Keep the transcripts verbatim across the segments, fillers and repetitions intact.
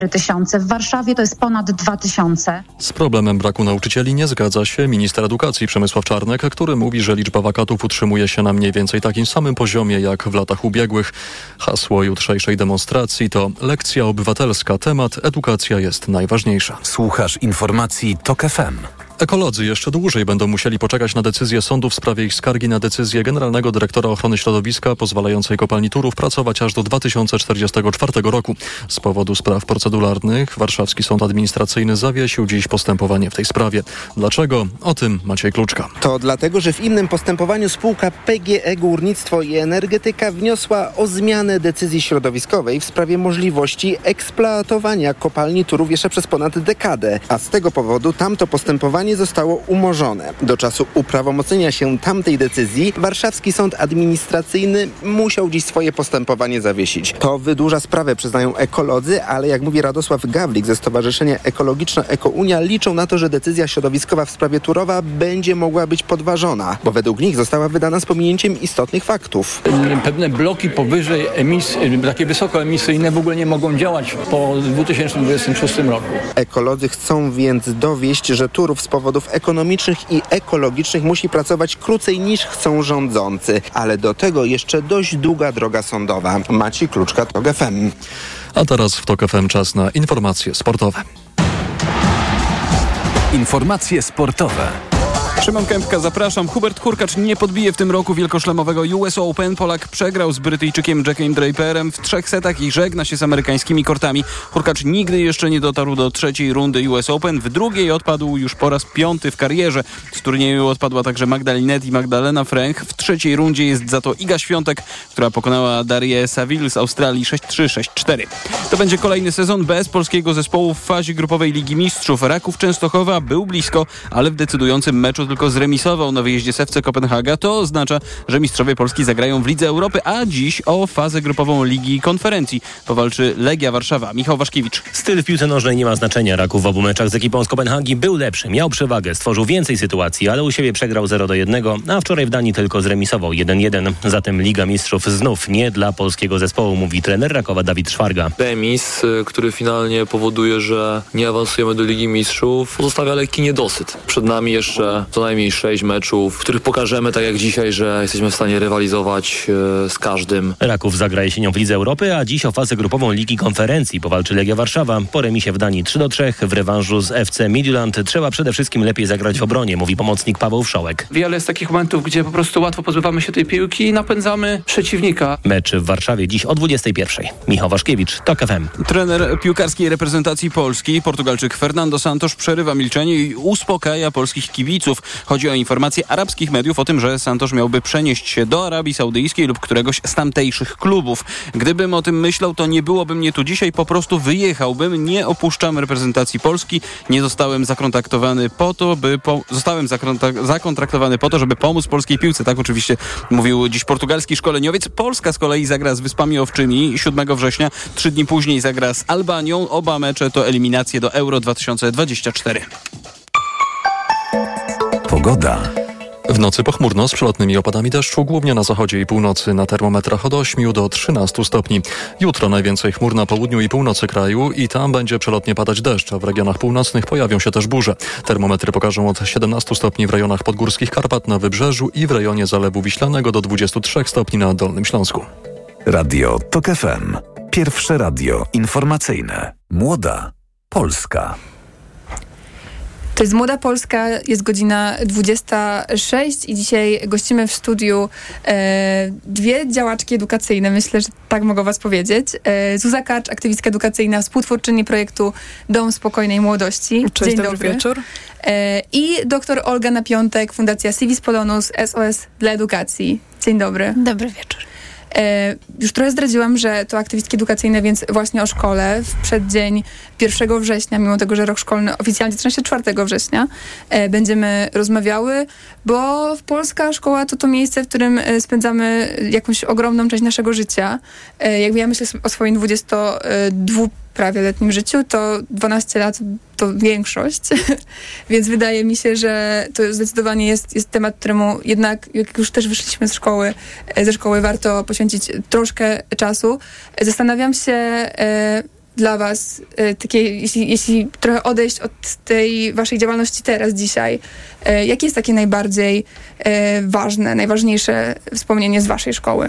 tysiące, w Warszawie to jest ponad dwa tysiące. Z problemem braku nauczycieli nie zgadza się minister edukacji Przemysław Czarnek, który mówi, że liczba wakatów utrzymuje się na mniej więcej takim samym poziomie jak w latach ubiegłych. Hasło jutrzejszej demonstracji to lekcja obywatelska. Temat edukacja jest najważniejsza. Słuchasz informacji TOK F M. Ekolodzy jeszcze dłużej będą musieli poczekać na decyzję sądu w sprawie ich skargi na decyzję Generalnego Dyrektora Ochrony Środowiska pozwalającej kopalni Turów pracować aż do dwa tysiące czterdziestego czwartego roku. Z powodu spraw proceduralnych Warszawski Sąd Administracyjny zawiesił dziś postępowanie w tej sprawie. Dlaczego? O tym Maciej Kluczka. To dlatego, że w innym postępowaniu spółka P G E Górnictwo i Energetyka wniosła o zmianę decyzji środowiskowej w sprawie możliwości eksploatowania kopalni Turów jeszcze przez ponad dekadę, a z tego powodu tamto postępowanie zostało umorzone. Do czasu uprawomocnienia się tamtej decyzji Warszawski Sąd Administracyjny musiał dziś swoje postępowanie zawiesić. To wydłuża sprawę, przyznają ekolodzy, ale jak mówi Radosław Gawlik ze Stowarzyszenia Ekologiczna Ekounia, liczą na to, że decyzja środowiskowa w sprawie Turowa będzie mogła być podważona, bo według nich została wydana z pominięciem istotnych faktów. Pewne bloki powyżej emisji, takie wysokoemisyjne w ogóle nie mogą działać po dwa tysiące dwudziestym szóstym roku. Ekolodzy chcą więc dowieść, że Turów z powodów ekonomicznych i ekologicznych musi pracować krócej niż chcą rządzący, ale do tego jeszcze dość długa droga sądowa. Maciej Kluczka, TOK F M. A teraz w TOK F M czas na informacje sportowe. Informacje sportowe. Szymon Kępka, zapraszam. Hubert Hurkacz nie podbije w tym roku wielkoszlemowego U S Open. Polak przegrał z Brytyjczykiem Jackiem Draperem w trzech setach i żegna się z amerykańskimi kortami. Hurkacz nigdy jeszcze nie dotarł do trzeciej rundy U S Open. W drugiej odpadł już po raz piąty w karierze. Z turnieju odpadła także Magdalinet i Magdalena Fręch. W trzeciej rundzie jest za to Iga Świątek, która pokonała Darię Saville z Australii sześć trzy, sześć cztery. To będzie kolejny sezon bez polskiego zespołu w fazie grupowej Ligi Mistrzów. Raków Częstochowa był blisko, ale w decydującym meczu tylko zremisował na wyjeździe z F C Kopenhaga. To oznacza, że mistrzowie Polski zagrają w Lidze Europy, a dziś o fazę grupową Ligi Konferencji powalczy Legia Warszawa. Michał Waszkiewicz. Styl w piłce nożnej nie ma znaczenia. Raków w obu meczach z ekipą z Kopenhagi był lepszy, miał przewagę, stworzył więcej sytuacji, ale u siebie przegrał zero do jednego, a wczoraj w Danii tylko zremisował jeden jeden. Zatem Liga Mistrzów znów nie dla polskiego zespołu, mówi trener Rakowa Dawid Szwarga. Remis, który finalnie powoduje, że nie awansujemy do Ligi Mistrzów, pozostawia lekki niedosyt. Przed nami jeszcze co najmniej sześć meczów, w których pokażemy, tak jak dzisiaj, że jesteśmy w stanie rywalizować e, z każdym. Raków zagra jesienią w Lidze Europy, a dziś o fazę grupową Ligi Konferencji powalczy Legia Warszawa. Po remisie w Danii trzy do trzech w rewanżu z F C Midtjylland trzeba przede wszystkim lepiej zagrać w obronie, mówi pomocnik Paweł Wszołek. Wiele jest takich momentów, gdzie po prostu łatwo pozbywamy się tej piłki i napędzamy przeciwnika. Mecz w Warszawie dziś o dwudziestej pierwszej. Michał Waszkiewicz, TOK F M. Trener piłkarskiej reprezentacji Polski, Portugalczyk Fernando Santos, przerywa milczenie i uspokaja polskich kibiców. Chodzi o informacje arabskich mediów o tym, że Santos miałby przenieść się do Arabii Saudyjskiej lub któregoś z tamtejszych klubów. Gdybym o tym myślał, to nie byłoby mnie tu dzisiaj, po prostu wyjechałbym. Nie opuszczam reprezentacji Polski. Nie zostałem zakontraktowany po to, by... Po... Zostałem zakontra- zakontraktowany po to, żeby pomóc polskiej piłce. Tak oczywiście mówił dziś portugalski szkoleniowiec. Polska z kolei zagra z Wyspami Owczymi siódmego września. Trzy dni później zagra z Albanią. Oba mecze to eliminacje do Euro dwa tysiące dwudziestego czwartego. Pogoda. W nocy pochmurno z przelotnymi opadami deszczu, głównie na zachodzie i północy, na termometrach od ośmiu do trzynastu stopni. Jutro najwięcej chmur na południu i północy kraju i tam będzie przelotnie padać deszcz, a w regionach północnych pojawią się też burze. Termometry pokażą od siedemnastu stopni w rejonach podgórskich Karpat na Wybrzeżu i w rejonie Zalewu Wiślanego do dwudziestu trzech stopni na Dolnym Śląsku. Radio TOK F M. Pierwsze radio informacyjne. Młoda Polska. To jest Młoda Polska, jest godzina dwudziesta sześć i dzisiaj gościmy w studiu e, dwie działaczki edukacyjne, myślę, że tak mogę was powiedzieć. E, Zuza Kacz, aktywistka edukacyjna, współtwórczyni projektu Dom Spokojnej Młodości. Cześć, Dzień dobry, dobry wieczór. E, I doktor Olga Napiątek, Fundacja Civis Polonus, S O S dla Edukacji. Dzień dobry. Dobry wieczór. E, już trochę zdradziłam, że to aktywistki edukacyjne, więc właśnie o szkole w przeddzień pierwszego września, mimo tego, że rok szkolny oficjalnie zaczyna się czwartego września, e, będziemy rozmawiały, bo polska szkoła to to miejsce, w którym e, spędzamy jakąś ogromną część naszego życia. E, jakby ja myślę o swoim dwudziestodwu prawie letnim życiu, to dwanaście lat to większość, więc wydaje mi się, że to zdecydowanie jest, jest temat, któremu jednak, jak już też wyszliśmy z szkoły, ze szkoły, warto poświęcić troszkę czasu. Zastanawiam się, dla was e, takie, jeśli, jeśli trochę odejść od tej waszej działalności teraz, dzisiaj, e, jakie jest takie najbardziej e, ważne, najważniejsze wspomnienie z waszej szkoły?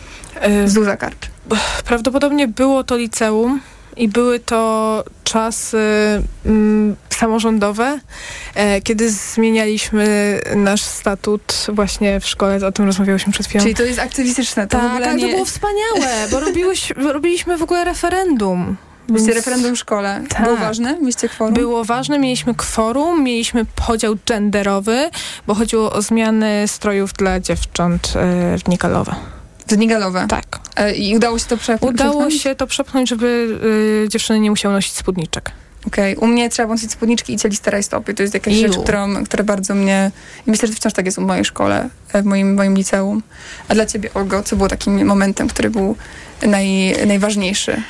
Zuza Karcz. Prawdopodobnie było to liceum i były to czasy mm, samorządowe, e, kiedy zmienialiśmy nasz statut właśnie w szkole, o tym rozmawiałyśmy przed chwilą. Czyli to jest aktywistyczne. To tak, w ogóle tak, nie... to było wspaniałe, bo robiłyś, robiliśmy w ogóle referendum. Mieliście Więc... referendum w szkole. Tak. Było ważne? Mieliście kworum? Było ważne, mieliśmy kworum, mieliśmy podział genderowy, bo chodziło o zmiany strojów dla dziewcząt e, w Nikalowe. W Nigalowe? Tak. E, I udało się to przepchnąć? Udało się to przepchnąć, żeby y, dziewczyny nie musiały nosić spódniczek. Okej. Okay. U mnie trzeba nosić spódniczki i cieliste rajstopy. To jest jakaś Iu. rzecz, którą, która bardzo mnie... I myślę, że wciąż tak jest w mojej szkole, w moim, moim liceum. A dla ciebie, Olgo, co było takim momentem, który był naj, najważniejszy?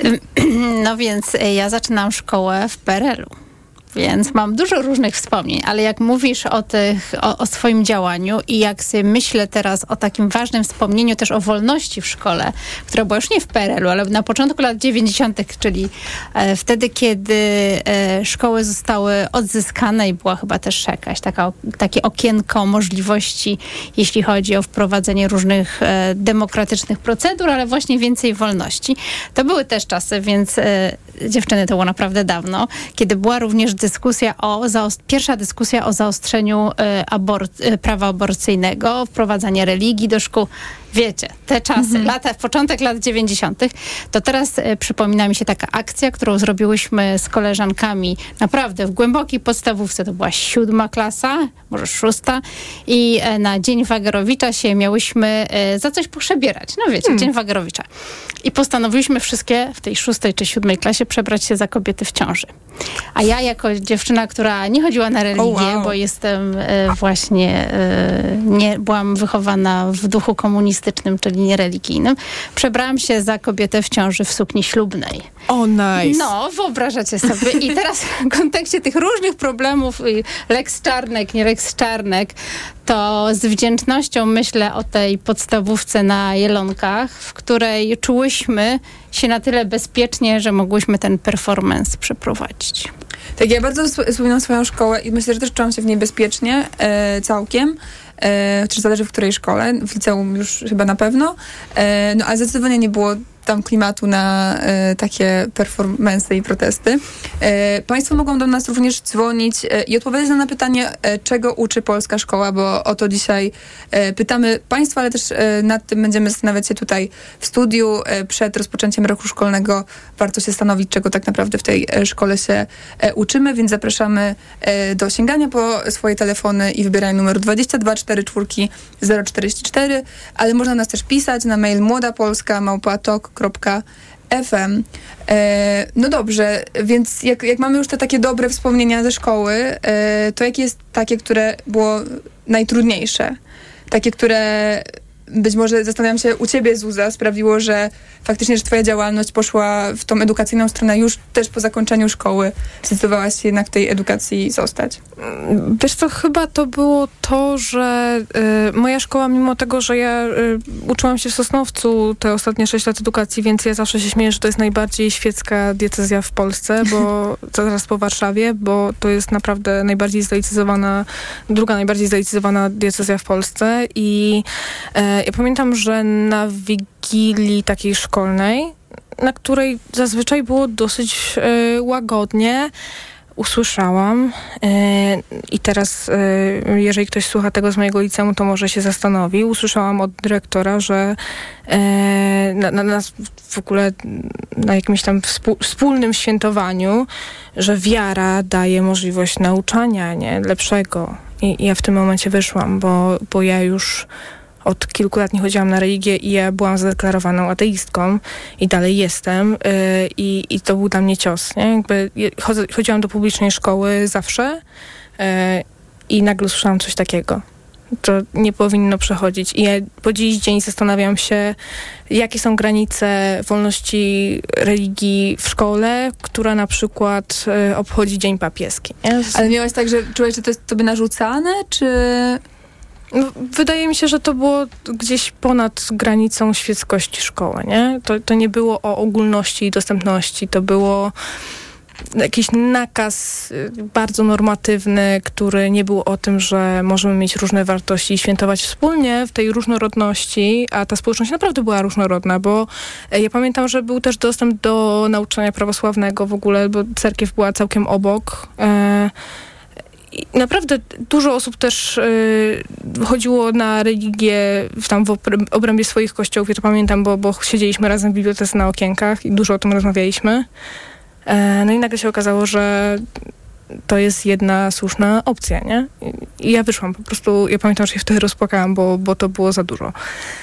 No więc ja zaczynam szkołę w P R L u. Więc mam dużo różnych wspomnień, ale jak mówisz o, tych, o, o swoim działaniu i jak sobie myślę teraz o takim ważnym wspomnieniu też o wolności w szkole, która była już nie w P R L u, ale na początku lat dziewięćdziesiątych, czyli e, wtedy, kiedy e, szkoły zostały odzyskane i była chyba też jakaś taka, takie okienko możliwości, jeśli chodzi o wprowadzenie różnych e, demokratycznych procedur, ale właśnie więcej wolności. To były też czasy, więc e, dziewczyny, to było naprawdę dawno, kiedy była również dyskusja o, zaost- pierwsza dyskusja o zaostrzeniu y, abor- y, prawa aborcyjnego, wprowadzanie religii do szkół. Wiecie, te czasy, mhm. lata, początek lat dziewięćdziesiątych, to teraz y, przypomina mi się taka akcja, którą zrobiłyśmy z koleżankami naprawdę w głębokiej podstawówce, to była siódma klasa, może szósta i y, na Dzień Wagerowicza się miałyśmy y, za coś poszebierać. No wiecie, hmm. Dzień Wagerowicza. I postanowiliśmy wszystkie w tej szóstej czy siódmej klasie przebrać się za kobiety w ciąży. A ja jako dziewczyna, która nie chodziła na religię, oh, wow. bo jestem y, właśnie, y, nie byłam wychowana w duchu komunistycznym, czyli niereligijnym, przebrałam się za kobietę w ciąży w sukni ślubnej. O, oh, nice. No, wyobrażacie sobie. I teraz w kontekście tych różnych problemów, Lex Czarnek, nie Lex Czarnek, to z wdzięcznością myślę o tej podstawówce na Jelonkach, w której czułyśmy się na tyle bezpiecznie, że mogłyśmy ten performance przeprowadzić. Tak, ja bardzo wspominam swoją szkołę i myślę, że też czułam się w niej bezpiecznie e, całkiem. E, czy zależy w której szkole, w liceum już chyba na pewno. E, no ale zdecydowanie nie było tam klimatu na e, takie performance i protesty. E, państwo mogą do nas również dzwonić e, i odpowiedzieć na pytanie, e, czego uczy polska szkoła, bo o to dzisiaj e, pytamy państwa, ale też e, nad tym będziemy zastanawiać się tutaj w studiu. E, przed rozpoczęciem roku szkolnego warto się stanowić, czego tak naprawdę w tej e, szkole się e, uczymy, więc zapraszamy e, do sięgania po swoje telefony i wybierania numer dwadzieścia dwa czterdzieści cztery zero czterdzieści cztery, ale można nas też pisać na mail młodapolska małpa tok kropka f m. E, no dobrze, więc jak, jak mamy już te takie dobre wspomnienia ze szkoły, e, to jakie jest takie, które było najtrudniejsze? Takie, które być może, zastanawiam się, u ciebie, Zuza, sprawiło, że faktycznie, że twoja działalność poszła w tą edukacyjną stronę już też po zakończeniu szkoły. Zdecydowałaś się jednak w tej edukacji zostać. Wiesz co, chyba to było to, że y, moja szkoła, mimo tego, że ja y, uczyłam się w Sosnowcu te ostatnie sześć lat edukacji, więc ja zawsze się śmieję, że to jest najbardziej świecka diecezja w Polsce, bo zaraz po Warszawie, bo to jest naprawdę najbardziej zlaicyzowana, druga najbardziej zlaicyzowana diecezja w Polsce i y, ja pamiętam, że na wigilii takiej szkolnej, na której zazwyczaj było dosyć y, łagodnie, usłyszałam y, i teraz y, jeżeli ktoś słucha tego z mojego liceum, to może się zastanowi. Usłyszałam od dyrektora, że y, na, na, na w ogóle na jakimś tam współ, wspólnym świętowaniu, że wiara daje możliwość nauczania, nie? Lepszego. I, i ja w tym momencie wyszłam, bo, bo ja już od kilku lat nie chodziłam na religię i ja byłam zadeklarowaną ateistką i dalej jestem yy, i, i to był dla mnie cios, nie? Jakby chodzę, chodziłam do publicznej szkoły zawsze yy, i nagle słyszałam coś takiego. To nie powinno przechodzić. I ja po dziś dzień zastanawiam się, jakie są granice wolności religii w szkole, która na przykład yy, obchodzi Dzień Papieski. Nie? Ale miałaś tak, że czułaś, że to jest tobie narzucane, czy... No, wydaje mi się, że to było gdzieś ponad granicą świeckości szkoły, nie? To, to nie było o ogólności i dostępności, to było jakiś nakaz bardzo normatywny, który nie był o tym, że możemy mieć różne wartości i świętować wspólnie w tej różnorodności, a ta społeczność naprawdę była różnorodna, bo ja pamiętam, że był też dostęp do nauczania prawosławnego w ogóle, bo cerkiew była całkiem obok. I naprawdę dużo osób też y, chodziło na religię w, tam w obrębie swoich kościołów. Ja to pamiętam, bo, bo siedzieliśmy razem w bibliotece na okienkach i dużo o tym rozmawialiśmy. E, no i nagle się okazało, że to jest jedna słuszna opcja, nie? I, i ja wyszłam po prostu, ja pamiętam, że się wtedy rozpłakałam, bo, bo to było za dużo.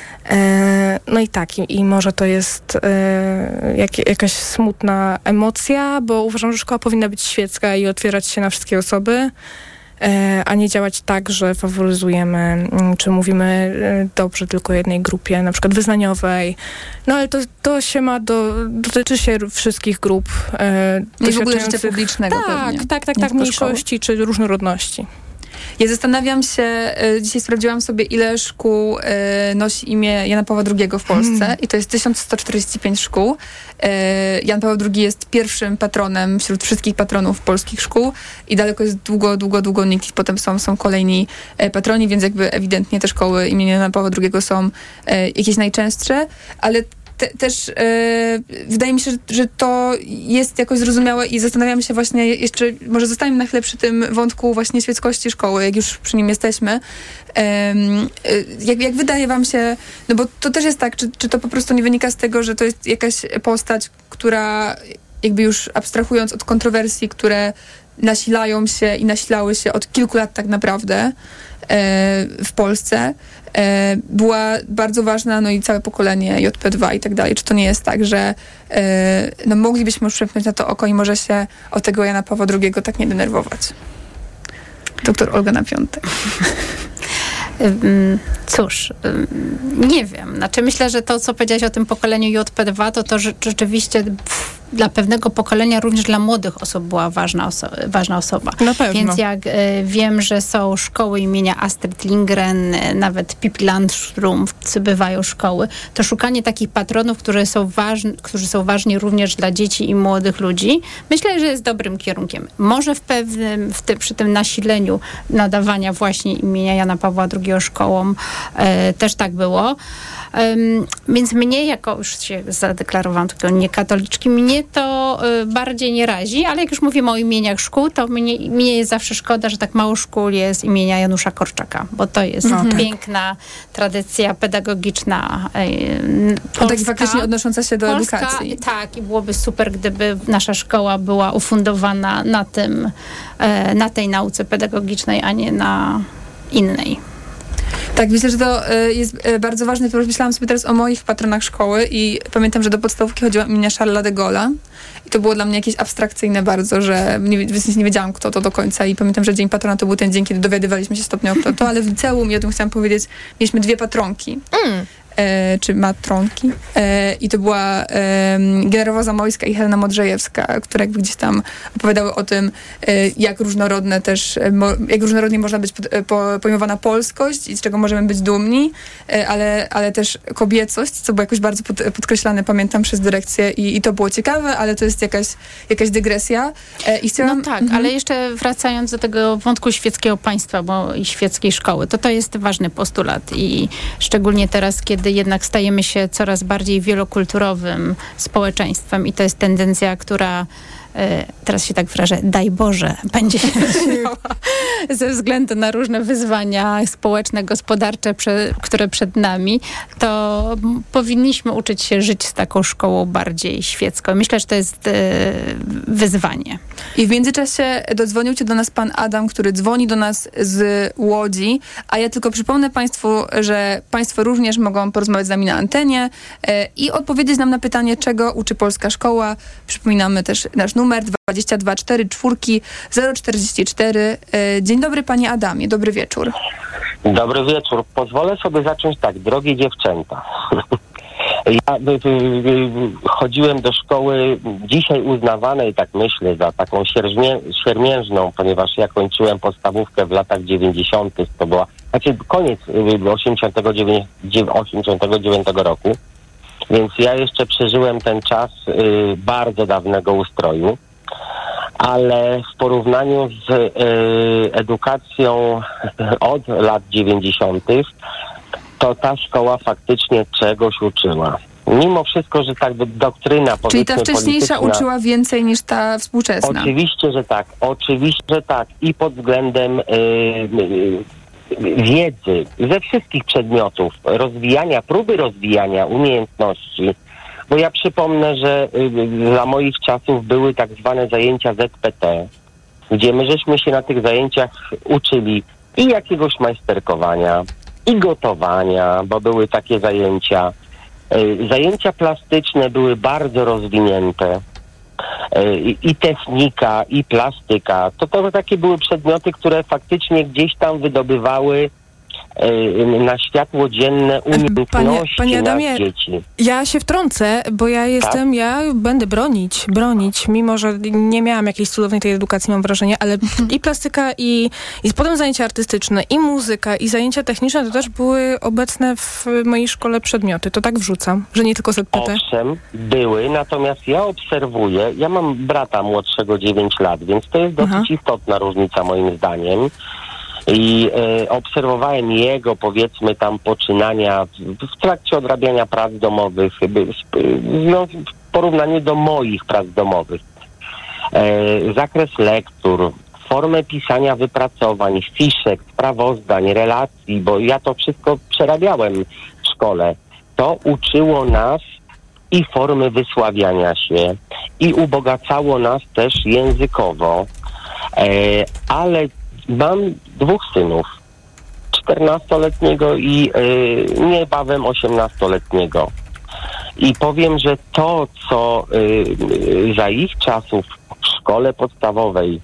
E, no i tak, i, i może to jest e, jak, jakaś smutna emocja, bo uważam, że szkoła powinna być świecka i otwierać się na wszystkie osoby, e, a nie działać tak, że faworyzujemy, czy mówimy e, dobrze tylko jednej grupie, na przykład wyznaniowej. No ale to, to się ma do, dotyczy się wszystkich grup e, i w ogóle życia publicznego tak, pewnie. Tak, tak, tak, mniejszości czy różnorodności. Ja zastanawiam się, dzisiaj sprawdziłam sobie, ile szkół nosi imię Jana Pawła drugiego w Polsce hmm. i to jest tysiąc sto czterdzieści pięć szkół. Jan Paweł drugi jest pierwszym patronem wśród wszystkich patronów polskich szkół i daleko jest długo, długo, długo nikt i potem są, są kolejni patroni, więc jakby ewidentnie te szkoły imienia Jana Pawła drugiego są jakieś najczęstsze, ale Te, też e, wydaje mi się, że, że to jest jakoś zrozumiałe i zastanawiam się właśnie jeszcze, może zostańmy na chwilę przy tym wątku właśnie świeckości szkoły, jak już przy nim jesteśmy. E, jak, jak wydaje wam się, no bo to też jest tak, czy, czy to po prostu nie wynika z tego, że to jest jakaś postać, która jakby już abstrahując od kontrowersji, które nasilają się i nasilały się od kilku lat tak naprawdę e, w Polsce, e, była bardzo ważna, no i całe pokolenie J P dwa i tak dalej. Czy to nie jest tak, że e, no moglibyśmy już przepchnąć na to oko i może się od tego Jana Pawła drugiego tak nie denerwować? Doktor Olga na piątek. Cóż, nie wiem. Znaczy myślę, że to, co powiedziałaś o tym pokoleniu J P dwa, to to rzeczywiście dla pewnego pokolenia, również dla młodych osób była ważna, oso- ważna osoba. Na pewno. Więc jak y, wiem, że są szkoły imienia Astrid Lindgren, y, nawet Pippi Landström bywają szkoły, to szukanie takich patronów, które są ważni, którzy są ważni również dla dzieci i młodych ludzi, myślę, że jest dobrym kierunkiem. Może w pewnym, w tym, przy tym nasileniu nadawania właśnie imienia Jana Pawła drugiego szkołom y, też tak było. Um, więc mnie, jako już się zadeklarowałam takiego niekatoliczki, mnie to y, bardziej nie razi, ale jak już mówimy o imieniach szkół, to mnie, mnie jest zawsze szkoda, że tak mało szkół jest imienia Janusza Korczaka, bo to jest no, piękna tak. tradycja pedagogiczna y, polska. Tak faktycznie odnosząca się do Polska, edukacji. Tak, i byłoby super, gdyby nasza szkoła była ufundowana na tym, y, na tej nauce pedagogicznej, a nie na innej. Tak, myślę, że to y, jest y, bardzo ważne. Myślałam sobie teraz o moich patronach szkoły i pamiętam, że do podstawówki chodziłam imienia Charlesa de Gaulle'a i to było dla mnie jakieś abstrakcyjne bardzo, że nie, w sensie nie wiedziałam, kto to do końca i pamiętam, że Dzień Patrona to był ten dzień, kiedy dowiadywaliśmy się stopniowo kto to, ale w liceum, i o tym chciałam powiedzieć, mieliśmy dwie patronki. Mm. E, czy matronki. E, I to była e, Generowa Zamojska i Helena Modrzejewska, które jakby gdzieś tam opowiadały o tym, e, jak różnorodne też, mo, jak różnorodnie można być pod, po, pojmowana polskość i z czego możemy być dumni, e, ale, ale też kobiecość, co było jakoś bardzo pod, podkreślane, pamiętam, przez dyrekcję i, i to było ciekawe, ale to jest jakaś, jakaś dygresja. E, i chciałam, no tak, mhm. ale jeszcze wracając do tego wątku świeckiego państwa bo i świeckiej szkoły, to to jest ważny postulat i szczególnie teraz, kiedy jednak stajemy się coraz bardziej wielokulturowym społeczeństwem i to jest tendencja, która teraz się tak wyrażę, daj Boże, będzie się rozwijała ze względu na różne wyzwania społeczne, gospodarcze, prze, które przed nami, to powinniśmy uczyć się żyć z taką szkołą bardziej świecką. Myślę, że to jest e, wyzwanie. I w międzyczasie dodzwonił się do nas pan Adam, który dzwoni do nas z Łodzi, a ja tylko przypomnę państwu, że państwo również mogą porozmawiać z nami na antenie e, i odpowiedzieć nam na pytanie, czego uczy polska szkoła. Przypominamy też nasz numer dwadzieścia dwa cztery cztery zero czterdzieści cztery. Dzień dobry, panie Adamie, dobry wieczór. Dobry wieczór. Pozwolę sobie zacząć tak, drogie dziewczęta. Ja y, y, y, chodziłem do szkoły dzisiaj uznawanej, tak myślę, za taką siermię, siermiężną, ponieważ ja kończyłem podstawówkę w latach dziewięćdziesiątych. To była znaczy koniec osiemdziesiątego dziewiątego roku, więc ja jeszcze przeżyłem ten czas y, bardzo dawnego ustroju, ale w porównaniu z y, edukacją od lat dziewięćdziesiątych to ta szkoła faktycznie czegoś uczyła. Mimo wszystko, że tak doktryna, powiedzmy, Czyli ta wcześniejsza uczyła więcej niż ta współczesna? Oczywiście, że tak. Oczywiście, że tak. I pod względem yy, yy, wiedzy ze wszystkich przedmiotów, rozwijania, próby rozwijania umiejętności. Bo ja przypomnę, że yy, za moich czasów były tak zwane zajęcia Z P T, gdzie my żeśmy się na tych zajęciach uczyli i jakiegoś majsterkowania, i gotowania, bo były takie zajęcia. Zajęcia plastyczne były bardzo rozwinięte. I technika, i plastyka. To, to takie były przedmioty, które faktycznie gdzieś tam wydobywały na światło dzienne umiejętności panie, panie Adamie, nas dzieci. Ja się wtrącę, bo ja jestem, tak? ja będę bronić, bronić, mimo że nie miałam jakiejś cudownej tej edukacji, mam wrażenie, ale i plastyka, i, i potem zajęcia artystyczne, i muzyka, i zajęcia techniczne to też były obecne w mojej szkole przedmioty. To tak wrzucam, że nie tylko Z P T. Owszem, były, natomiast ja obserwuję, ja mam brata młodszego dziewięć lat, więc to jest dosyć Aha. istotna różnica moim zdaniem. I e, obserwowałem jego, powiedzmy, tam poczynania w, w trakcie odrabiania prac domowych, no, w porównaniu do moich prac domowych. E, zakres lektur, formę pisania wypracowań, fiszek, sprawozdań, relacji, bo ja to wszystko przerabiałem w szkole. To uczyło nas i formy wysławiania się, i ubogacało nas też językowo, e, ale mam dwóch synów, czternastoletniego i y, niebawem osiemnastoletniego. I powiem, że to, co y, y, za ich czasów w szkole podstawowej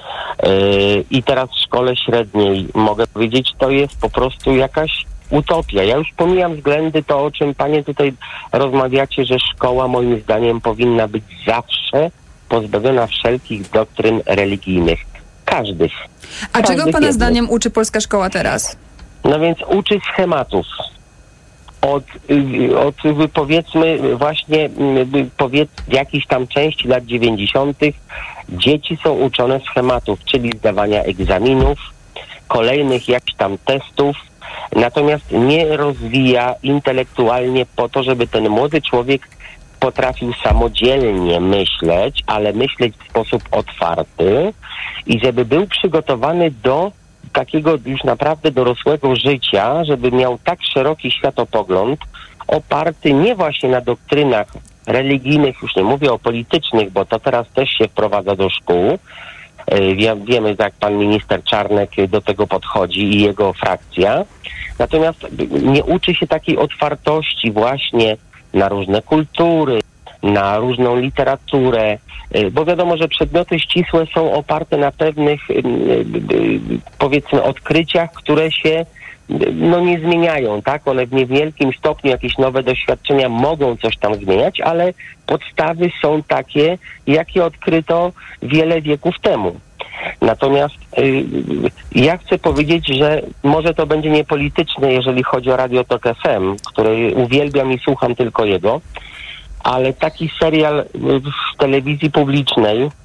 y, i teraz w szkole średniej, mogę powiedzieć, to jest po prostu jakaś utopia. Ja już pomijam względy to, o czym panie tutaj rozmawiacie, że szkoła moim zdaniem powinna być zawsze pozbawiona wszelkich doktryn religijnych. Każdych. A Każdych czego pana jednych. zdaniem uczy polska szkoła teraz? No więc uczy schematów. Od, od powiedzmy właśnie powiedz, w jakiejś tam części lat dziewięćdziesiątych dzieci są uczone schematów, czyli zdawania egzaminów, kolejnych jakichś tam testów, natomiast nie rozwija intelektualnie po to, żeby ten młody człowiek potrafił samodzielnie myśleć, ale myśleć w sposób otwarty i żeby był przygotowany do takiego już naprawdę dorosłego życia, żeby miał tak szeroki światopogląd, oparty nie właśnie na doktrynach religijnych, już nie mówię o politycznych, bo to teraz też się wprowadza do szkół. Wie, wiemy, jak pan minister Czarnek do tego podchodzi i jego frakcja. Natomiast nie uczy się takiej otwartości właśnie na różne kultury, na różną literaturę, bo wiadomo, że przedmioty ścisłe są oparte na pewnych, powiedzmy, odkryciach, które się no nie zmieniają, tak? One w niewielkim stopniu, jakieś nowe doświadczenia mogą coś tam zmieniać, ale podstawy są takie, jakie odkryto wiele wieków temu. Natomiast y, ja chcę powiedzieć, że może to będzie niepolityczne, jeżeli chodzi o Radio Tok F M, który uwielbiam i słucham tylko jego, ale taki serial w telewizji publicznej y,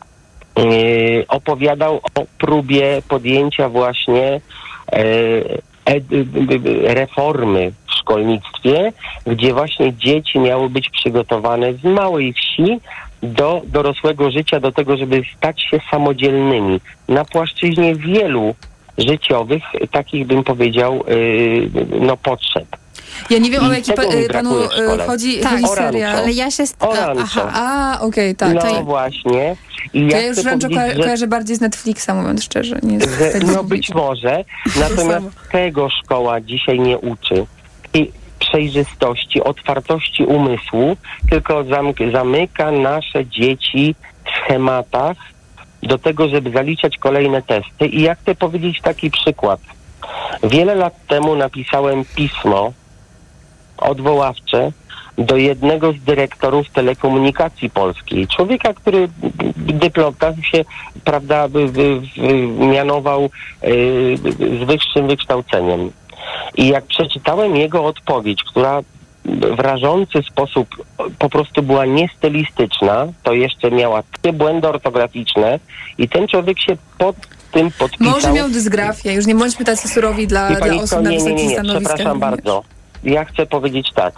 opowiadał o próbie podjęcia właśnie y, ed, reformy w szkolnictwie, gdzie właśnie dzieci miały być przygotowane z małej wsi do dorosłego życia, do tego, żeby stać się samodzielnymi na płaszczyźnie wielu życiowych, takich bym powiedział, yy, no potrzeb. Ja nie wiem, I o jaki pa, panu chodzi, tak, chodzi serial. Ale ja się... Aha, a, okej, okay, tak. No to właśnie. I to ja, ja już wręcz ko- że, kojarzę bardziej z Netflixa, mówiąc szczerze. Nie z że, no być może, natomiast tego szkoła dzisiaj nie uczy. I przejrzystości, otwartości umysłu, tylko zamyka, zamyka nasze dzieci w schematach do tego, żeby zaliczać kolejne testy. I ja chcę powiedzieć taki przykład. Wiele lat temu napisałem pismo odwoławcze do jednego z dyrektorów Telekomunikacji Polskiej. Człowieka, który dyplom się, prawda, by, by, by mianował yy, z wyższym wykształceniem. I jak przeczytałem jego odpowiedź, która w rażący sposób po prostu była niestylistyczna, to jeszcze miała takie błędy ortograficzne i ten człowiek się pod tym podpisał. Może miał dysgrafię, już nie bądźmy tacy surowi dla, dla osób co, na nie, nie, wysokich nie, nie, stanowiskach. przepraszam bardzo. Ja chcę powiedzieć tak.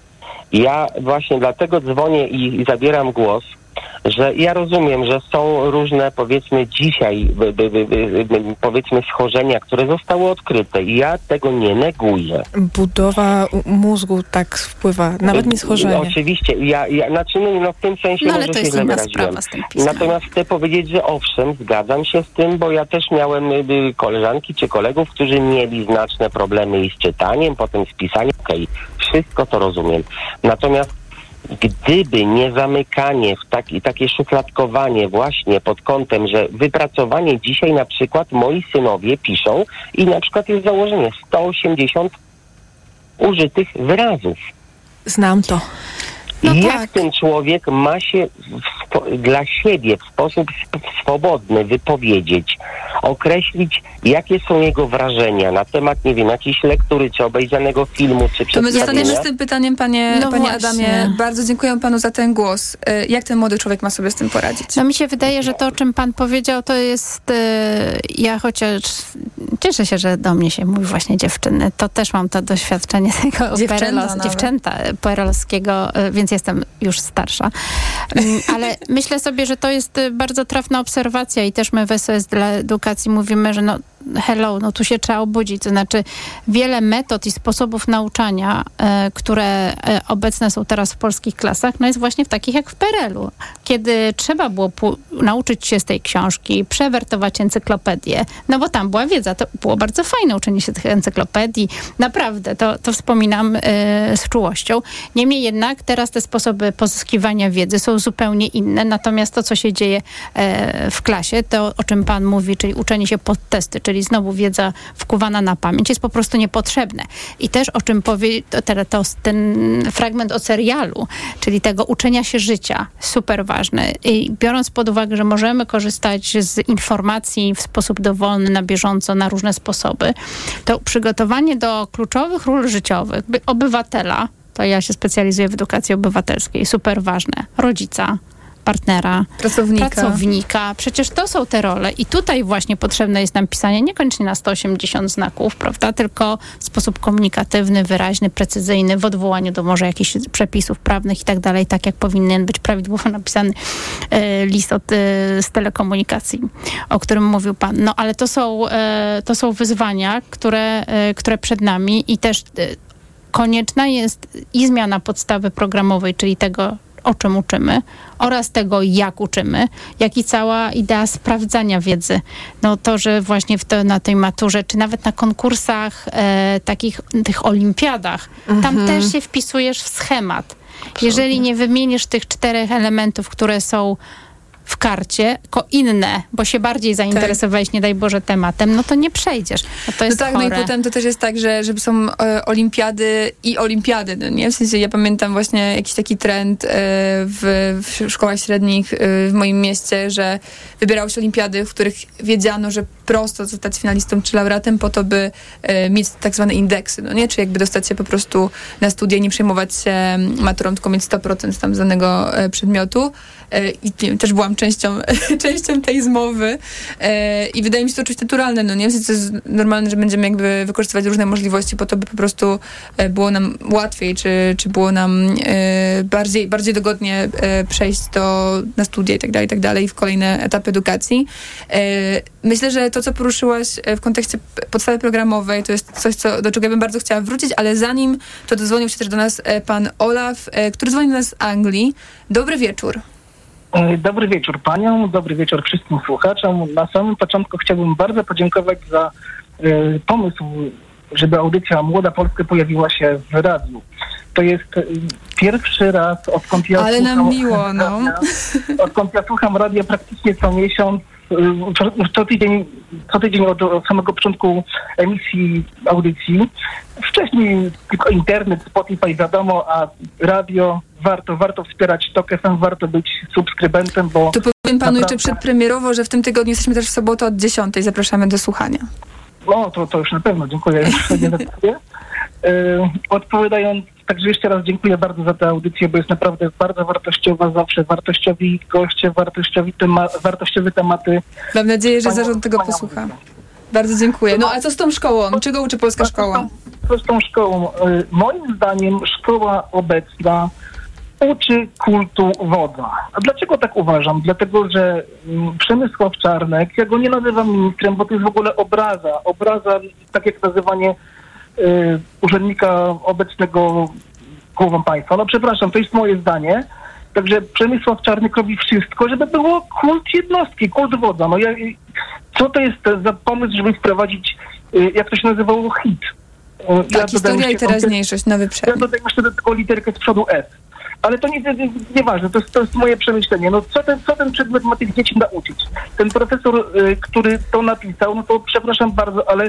Ja właśnie dlatego dzwonię i, i zabieram głos, że ja rozumiem, że są różne, powiedzmy dzisiaj, by, by, by, by, by, powiedzmy schorzenia, które zostały odkryte i ja tego nie neguję. Budowa mózgu tak wpływa, nawet nie schorzenie. Oczywiście, ja, ja znaczy no, no w tym sensie no, może się źle wyraziłem. Natomiast chcę powiedzieć, że owszem, zgadzam się z tym, bo ja też miałem y, koleżanki czy kolegów, którzy mieli znaczne problemy i z czytaniem, potem z pisaniem, okej, okay, wszystko to rozumiem. Natomiast gdyby nie zamykanie w taki, takie szufladkowanie właśnie pod kątem, że wypracowanie dzisiaj na przykład moi synowie piszą i na przykład jest założenie sto osiemdziesiąt użytych wyrazów. Znam to. No jak tak. ten człowiek ma się w, dla siebie w sposób swobodny wypowiedzieć, określić, jakie są jego wrażenia na temat, nie wiem, jakiejś lektury, czy obejrzanego filmu, czy przedstawienia? To my zostaniemy z tym pytaniem, panie, no panie właśnie. Adamie. Bardzo dziękuję panu za ten głos. Jak ten młody człowiek ma sobie z tym poradzić? No mi się wydaje, że to, o czym pan powiedział, to jest... Ja chociaż cieszę się, że do mnie się mówi właśnie dziewczyny. To też mam to doświadczenie tego Dziewczęta dziewczęta perelowskiego, więc jestem już starsza. Ale myślę sobie, że to jest bardzo trafna obserwacja i też my w S O S dla edukacji mówimy, że no hello, no tu się trzeba obudzić. To znaczy wiele metod i sposobów nauczania, e, które e, obecne są teraz w polskich klasach, no jest właśnie w takich jak w P R L u. Kiedy trzeba było pu- nauczyć się z tej książki, przewertować encyklopedię, no bo tam była wiedza. To było bardzo fajne uczenie się tych encyklopedii. Naprawdę, to, to wspominam e, z czułością. Niemniej jednak teraz te sposoby pozyskiwania wiedzy są zupełnie inne. Natomiast to, co się dzieje e, w klasie, to o czym pan mówi, czyli uczenie się pod testy, czyli czyli znowu wiedza wkuwana na pamięć, jest po prostu niepotrzebne. I też o czym powie to, to, ten fragment o serialu, czyli tego uczenia się życia, super ważny. I biorąc pod uwagę, że możemy korzystać z informacji w sposób dowolny, na bieżąco, na różne sposoby, to przygotowanie do kluczowych ról życiowych obywatela, to ja się specjalizuję w edukacji obywatelskiej, super ważne, rodzica, partnera, pracownika. pracownika. Przecież to są te role i tutaj właśnie potrzebne jest nam pisanie niekoniecznie na sto osiemdziesiąt znaków, prawda, tylko w sposób komunikatywny, wyraźny, precyzyjny, w odwołaniu do może jakichś przepisów prawnych i tak dalej, tak jak powinien być prawidłowo napisany e, list od, e, z telekomunikacji, o którym mówił pan. No ale to są, e, to są wyzwania, które, e, które przed nami i też e, konieczna jest i zmiana podstawy programowej, czyli tego, o czym uczymy oraz tego, jak uczymy, jak i cała idea sprawdzania wiedzy. No to, że właśnie w to, na tej maturze, czy nawet na konkursach e, takich, tych olimpiadach, mhm. tam też się wpisujesz w schemat. Absolutnie. Jeżeli nie wymienisz tych czterech elementów, które są w karcie, tylko inne, bo się bardziej zainteresowałeś, tak. nie daj Boże, tematem, no to nie przejdziesz. No to jest no tak, chore. No i potem to też jest tak, że, że są e, olimpiady i olimpiady, no nie? W sensie ja pamiętam właśnie jakiś taki trend e, w, w szkołach średnich e, w moim mieście, że wybierało się olimpiady, w których wiedziano, że prosto zostać finalistą czy laureatem po to, by e, mieć tak zwane indeksy, no nie? Czy jakby dostać się po prostu na studia, nie przejmować się maturą, tylko mieć sto procent tam z danego e, przedmiotu. E, I nie, też byłam częścią, częścią tej zmowy e, i wydaje mi się to oczywiście naturalne, no nie? W sensie to jest normalne, że będziemy jakby wykorzystywać różne możliwości po to, by po prostu e, było nam łatwiej, czy, czy było nam e, bardziej, bardziej dogodnie e, przejść do, na studia i tak dalej, i tak dalej, w kolejne etapy edukacji. E, myślę, że to, co poruszyłaś w kontekście podstawy programowej, to jest coś, co, do czego ja bym bardzo chciała wrócić, ale zanim to dodzwonił się też do nas pan Olaf, e, który dzwoni do nas z Anglii. Dobry wieczór. Dobry wieczór paniom, dobry wieczór wszystkim słuchaczom. Na samym początku chciałbym bardzo podziękować za y, pomysł, żeby audycja Młoda Polska pojawiła się w radiu. To jest y, pierwszy raz, odkąd ja Ale słucham, nam miło, no. radia, odkąd ja słucham radia praktycznie co miesiąc, co tydzień, co tydzień od, od samego początku emisji audycji. Wcześniej tylko internet, Spotify, wiadomo, a radio warto, warto wspierać Tok F M, warto być subskrybentem, bo... To powiem panu naprawdę... jeszcze przedpremierowo, że w tym tygodniu jesteśmy też w sobotę od dziesiątej. Zapraszamy do słuchania. No, to, to już na pewno. Dziękuję. Yy, odpowiadając, także jeszcze raz dziękuję bardzo za tę audycję, bo jest naprawdę bardzo wartościowa, zawsze wartościowi goście, wartościowi tema, wartościowe tematy. Mam nadzieję, że zarząd tego posłucha. Bardzo dziękuję. No a co z tą szkołą? Czego uczy polska szkoła? Co z tą szkołą? Yy, moim zdaniem szkoła obecna uczy kultu wodza. A dlaczego tak uważam? Dlatego, że mm, Przemysław Czarnek, ja go nie nazywam ministrem, bo to jest w ogóle obraza. Obraza, tak jak nazywanie y, urzędnika obecnego głową państwa. No przepraszam, to jest moje zdanie. Także Przemysław Czarnek robi wszystko, żeby było kult jednostki, kult wodza. No ja, co to jest za pomysł, żeby wprowadzić, y, jak to się nazywało, hit? Y, tak, ja historia i teraźniejszość, nowy przemysł. Ja dodaję jeszcze do tego literkę z przodu S. Ale to nie, nie, nieważne, to jest, to jest moje przemyślenie. No co ten, co ten przedmiot ma tych dzieci nauczyć? Ten profesor, y, który to napisał, no to przepraszam bardzo, ale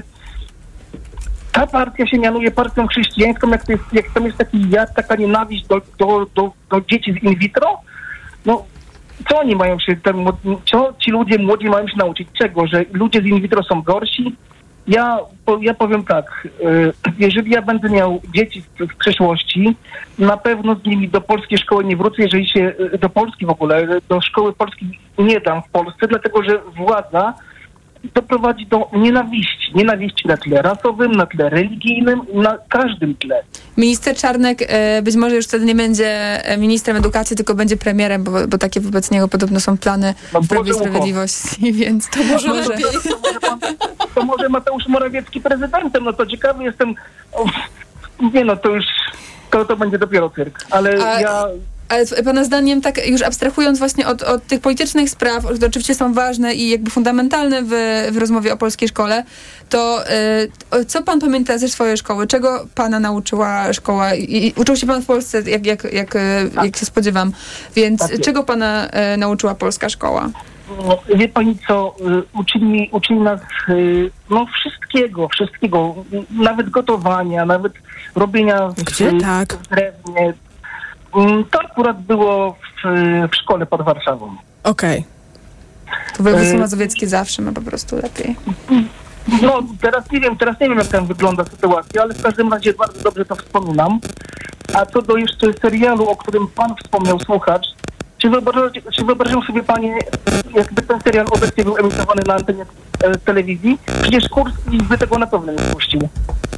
ta partia się mianuje partią chrześcijańską, jak, to jest, jak tam jest taki jad, taka nienawiść do, do, do, do dzieci z in vitro. No co oni mają się, ten, co ci ludzie młodzi mają się nauczyć? Czego? Że ludzie z in vitro są gorsi? Ja, ja powiem tak, jeżeli ja będę miał dzieci w przyszłości, na pewno z nimi do polskiej szkoły nie wrócę, jeżeli się do Polski w ogóle, do szkoły polskiej nie dam w Polsce, dlatego że władza doprowadzi do nienawiści. Nienawiści na tle rasowym, na tle religijnym, na każdym tle. Minister Czarnek e, być może już wtedy nie będzie ministrem edukacji, tylko będzie premierem, bo, bo takie wobec niego podobno są plany no, w Prawie i Sprawiedliwości, więc to może no, lepiej. To, to, może, to może Mateusz Morawiecki prezydentem, no to ciekawy jestem. O, nie no, to już to, to będzie dopiero cyrk, ale A... ja... Ale pana zdaniem, tak już abstrahując właśnie od, od tych politycznych spraw, które oczywiście są ważne i jakby fundamentalne w, w rozmowie o polskiej szkole, to y, co pan pamięta ze swojej szkoły? Czego pana nauczyła szkoła? I, i uczył się pan w Polsce, jak, jak, jak, tak. jak się spodziewam. Więc tak czego pana y, nauczyła polska szkoła? No, wie pani co, y, uczyli, uczyli nas y, no wszystkiego, wszystkiego. Nawet gotowania, nawet robienia Gdzie w, tak? w drewnie. To akurat było w, w szkole pod Warszawą. Okej. Okay. To województwo mazowieckie zawsze ma po prostu lepiej. No teraz nie wiem, teraz nie wiem jak tam wygląda sytuacja, ale w każdym razie bardzo dobrze to wspominam. A co do jeszcze serialu, o którym pan wspomniał, słuchacz, czy wyobrażają, czy wyobrażają sobie panie, jakby ten serial obecnie był emitowany na antenie e, telewizji? Przecież Kurski by tego na pewno nie puścił.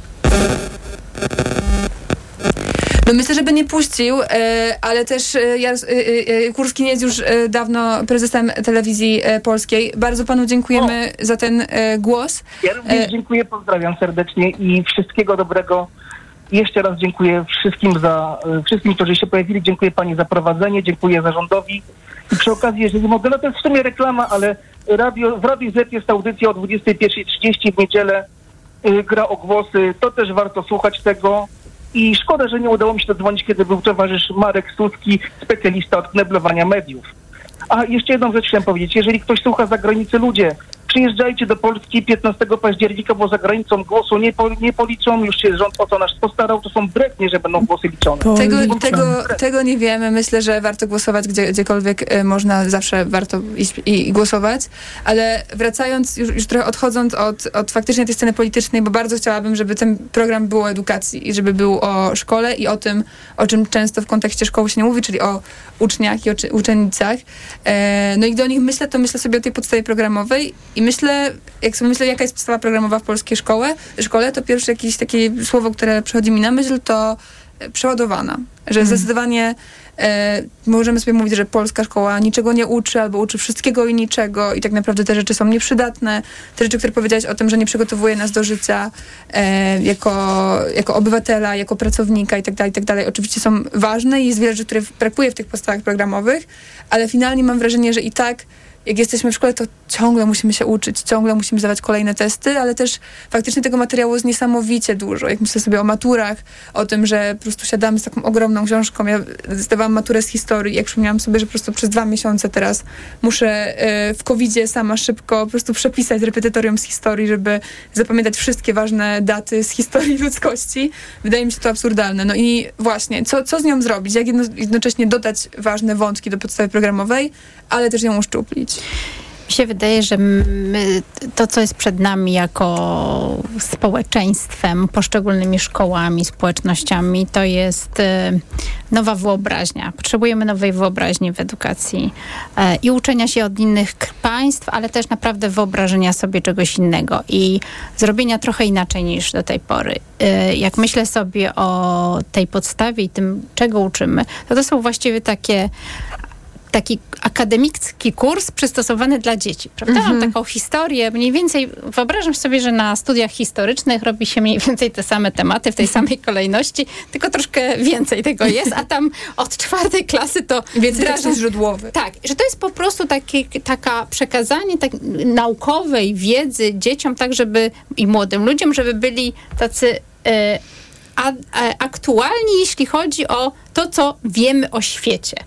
No myślę, żeby nie puścił, ale też Kurski nie jest już dawno prezesem telewizji polskiej. Bardzo panu dziękujemy o. za ten głos. Ja również dziękuję, pozdrawiam serdecznie i wszystkiego dobrego. Jeszcze raz dziękuję wszystkim za wszystkim, którzy się pojawili. Dziękuję pani za prowadzenie, dziękuję zarządowi. I przy okazji, jeżeli mogę, no to jest w sumie reklama, ale radio, w Radiu Z jest audycja o dwudziestej pierwszej trzydzieści w niedzielę. Gra o głosy, to też warto słuchać tego. I szkoda, że nie udało mi się dodzwonić, kiedy był towarzysz Marek Suski, specjalista od kneblowania mediów. A jeszcze jedną rzecz chciałem powiedzieć. Jeżeli ktoś słucha za granicę, ludzie, przyjeżdżajcie do Polski piętnastego października, bo za granicą głosu nie, po, nie policzą. Już się rząd o to nas postarał. To są brednie, że będą głosy liczone. Tego, tego, tego nie wiemy. Myślę, że warto głosować gdzie, gdziekolwiek y, można. Zawsze warto iść i, i głosować. Ale wracając, już, już trochę odchodząc od, od faktycznie tej sceny politycznej, bo bardzo chciałabym, żeby ten program był o edukacji i żeby był o szkole i o tym, o czym często w kontekście szkoły się nie mówi, czyli o uczniach i o czy, uczennicach. E, no i gdy o nich myślę, to myślę sobie o tej podstawie programowej i myślę, jak sobie myślę, jaka jest podstawa programowa w polskiej szkole, szkole, to pierwsze jakieś takie słowo, które przychodzi mi na myśl, to przeładowana. Że hmm. zdecydowanie e, możemy sobie mówić, że polska szkoła niczego nie uczy, albo uczy wszystkiego i niczego i tak naprawdę te rzeczy są nieprzydatne. Te rzeczy, które powiedziałeś o tym, że nie przygotowuje nas do życia e, jako, jako obywatela, jako pracownika i tak dalej, i tak dalej, oczywiście są ważne i jest wiele rzeczy, które brakuje w tych podstawach programowych, ale finalnie mam wrażenie, że i tak jak jesteśmy w szkole, to ciągle musimy się uczyć, ciągle musimy zdawać kolejne testy, ale też faktycznie tego materiału jest niesamowicie dużo. Jak myślę sobie o maturach, o tym, że po prostu siadamy z taką ogromną książką. Ja zdawałam maturę z historii, jak przypomniałam sobie, że po prostu przez dwa miesiące teraz muszę y, w kowidzie sama szybko po prostu przepisać repetytorium z historii, żeby zapamiętać wszystkie ważne daty z historii ludzkości. Wydaje mi się to absurdalne. No i właśnie, co, co z nią zrobić? Jak jedno, jednocześnie dodać ważne wątki do podstawy programowej, ale też ją uszczuplić? Mi się wydaje, że my, to, co jest przed nami jako społeczeństwem, poszczególnymi szkołami, społecznościami, to jest y, nowa wyobraźnia. Potrzebujemy nowej wyobraźni w edukacji y, i uczenia się od innych państw, ale też naprawdę wyobrażenia sobie czegoś innego i zrobienia trochę inaczej niż do tej pory. Y, jak myślę sobie o tej podstawie i tym, czego uczymy, to to są właściwie takie taki akademicki kurs przystosowany dla dzieci, prawda? Mhm. Mam taką historię, mniej więcej wyobrażam sobie, że na studiach historycznych robi się mniej więcej te same tematy w tej samej kolejności, tylko troszkę więcej tego jest, a tam od czwartej klasy to więcej tekstów źródłowych. Tak, że to jest po prostu takie, taka przekazanie tak, naukowej wiedzy dzieciom, tak żeby i młodym ludziom, żeby byli tacy e, a, a, aktualni, jeśli chodzi o to, co wiemy o świecie.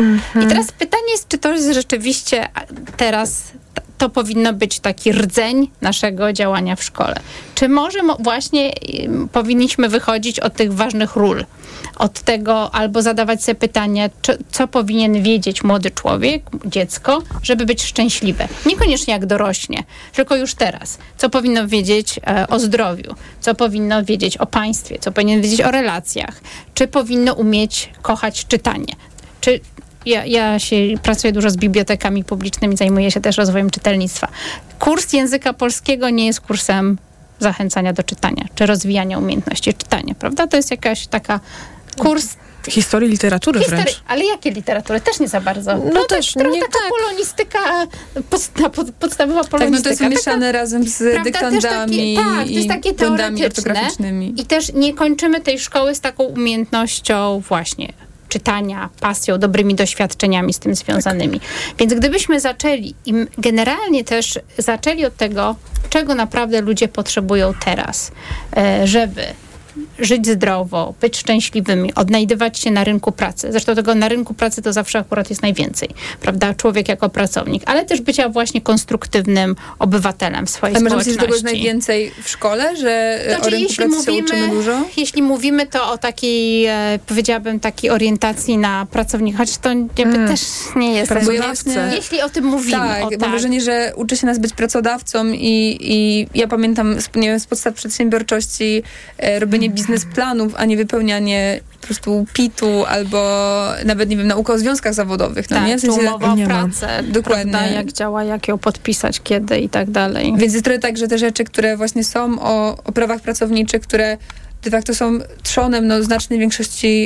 I teraz pytanie jest, czy to jest rzeczywiście teraz, to powinno być taki rdzeń naszego działania w szkole. Czy może mo- właśnie y, powinniśmy wychodzić od tych ważnych ról, od tego albo zadawać sobie pytanie, czy, co powinien wiedzieć młody człowiek, dziecko, żeby być szczęśliwe. Niekoniecznie jak dorośnie, tylko już teraz. Co powinno wiedzieć e, o zdrowiu, co powinno wiedzieć o państwie, co powinien wiedzieć o relacjach, czy powinno umieć kochać czytanie. Czy Ja, ja się pracuję dużo z bibliotekami publicznymi, zajmuję się też rozwojem czytelnictwa. Kurs języka polskiego nie jest kursem zachęcania do czytania, czy rozwijania umiejętności czytania, prawda? To jest jakaś taka kurs... Historii literatury Historii, wręcz. ale jakie literatury? Też nie za bardzo. No, no też, trochę nie, taka tak. polonistyka, podsta, pod, podstawowa polonistyka. Tak, no to jest mieszane taka, razem z prawda, dyktandami takie, tak, to jest takie i błędami teoretyczne. ortograficznymi. I też nie kończymy tej szkoły z taką umiejętnością właśnie czytania, pasją, dobrymi doświadczeniami z tym związanymi. Tak. Więc gdybyśmy zaczęli i generalnie też zaczęli od tego, czego naprawdę ludzie potrzebują teraz, żeby żyć zdrowo, być szczęśliwymi, odnajdywać się na rynku pracy. Zresztą tego na rynku pracy to zawsze akurat jest najwięcej, prawda? Człowiek jako pracownik, ale też bycia właśnie konstruktywnym obywatelem w swojej ale społeczności. Ale myślisz, że tego jest najwięcej w szkole, że znaczy, o rynku jeśli pracy mówimy, się uczymy dużo? Jeśli mówimy to o takiej, e, powiedziałabym, takiej orientacji na pracownika, choć to jakby mm. też nie jest. Pracodawcę. Jeśli o tym mówimy. Tak, o, tak. mam wrażenie, że uczy się nas być pracodawcą i, i ja pamiętam z, nie wiem, z podstaw przedsiębiorczości e, robienie biznesplanów, a nie wypełnianie po prostu pitu albo nawet, nie wiem, nauka o związkach zawodowych. No tak, nie? W sensie, umowa o pracę, dokładnie. Prawda, jak działa, jak ją podpisać, kiedy i tak dalej. Więc jest trochę tak, że te rzeczy, które właśnie są o, o prawach pracowniczych, które de facto są trzonem no, znacznej większości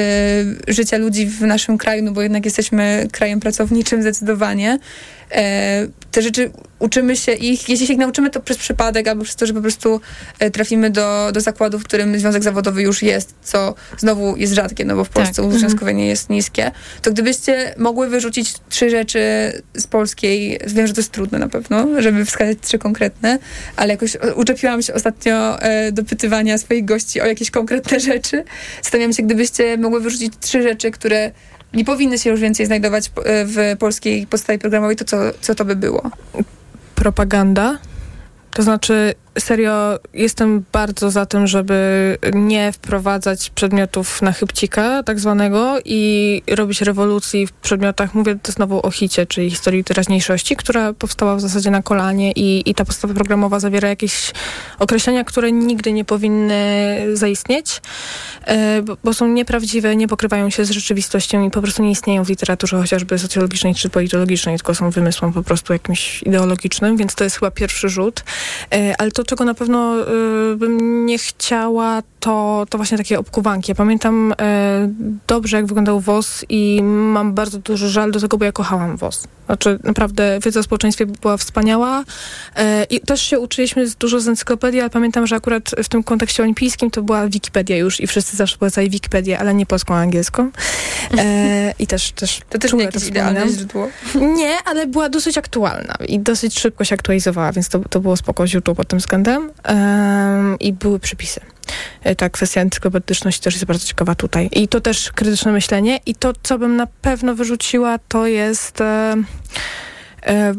y, życia ludzi w naszym kraju, no bo jednak jesteśmy krajem pracowniczym zdecydowanie. E, te rzeczy uczymy się ich, jeśli się ich nauczymy, to przez przypadek albo przez to, że po prostu e, trafimy do, do zakładu, w którym związek zawodowy już jest, co znowu jest rzadkie, no bo w Polsce tak. uzwiązkowienie jest niskie. To gdybyście mogły wyrzucić trzy rzeczy z polskiej, wiem, że to jest trudne na pewno, żeby wskazać trzy konkretne, ale jakoś uczepiłam się ostatnio e, do pytywania swoich gości o jakieś konkretne rzeczy. Zastanawiam się, gdybyście mogły wyrzucić trzy rzeczy, które nie powinny się już więcej znajdować w polskiej podstawie programowej, to co, co to by było? Propaganda. To znaczy, serio, jestem bardzo za tym, żeby nie wprowadzać przedmiotów na chybcika, tak zwanego, i robić rewolucji w przedmiotach, mówię to znowu o hicie, czyli historii teraźniejszości, która powstała w zasadzie na kolanie i, i ta podstawa programowa zawiera jakieś określenia, które nigdy nie powinny zaistnieć, e, bo, bo są nieprawdziwe, nie pokrywają się z rzeczywistością i po prostu nie istnieją w literaturze chociażby socjologicznej czy politologicznej, tylko są wymysłem po prostu jakimś ideologicznym, więc to jest chyba pierwszy rzut. E, ale to, czego na pewno y, bym nie chciała, to, to właśnie takie obkuwanki. Ja pamiętam e, dobrze, jak wyglądał W O S i mam bardzo duży żal do tego, bo ja kochałam W O S. Znaczy, naprawdę wiedza o społeczeństwie była wspaniała e, i też się uczyliśmy dużo z encyklopedii, ale pamiętam, że akurat w tym kontekście olimpijskim to była Wikipedia już i wszyscy zawsze polecali Wikipedię, ale nie polską, a angielską. E, I też, też to też nie jakieś idealne źródło? Nie, ale była dosyć aktualna i dosyć szybko się aktualizowała, więc to, to było spoko źródło pod tym względem. E, I były przypisy. Ta kwestia encyklopedyczności też jest bardzo ciekawa tutaj. I to też krytyczne myślenie. I to, co bym na pewno wyrzuciła, to jest e, e,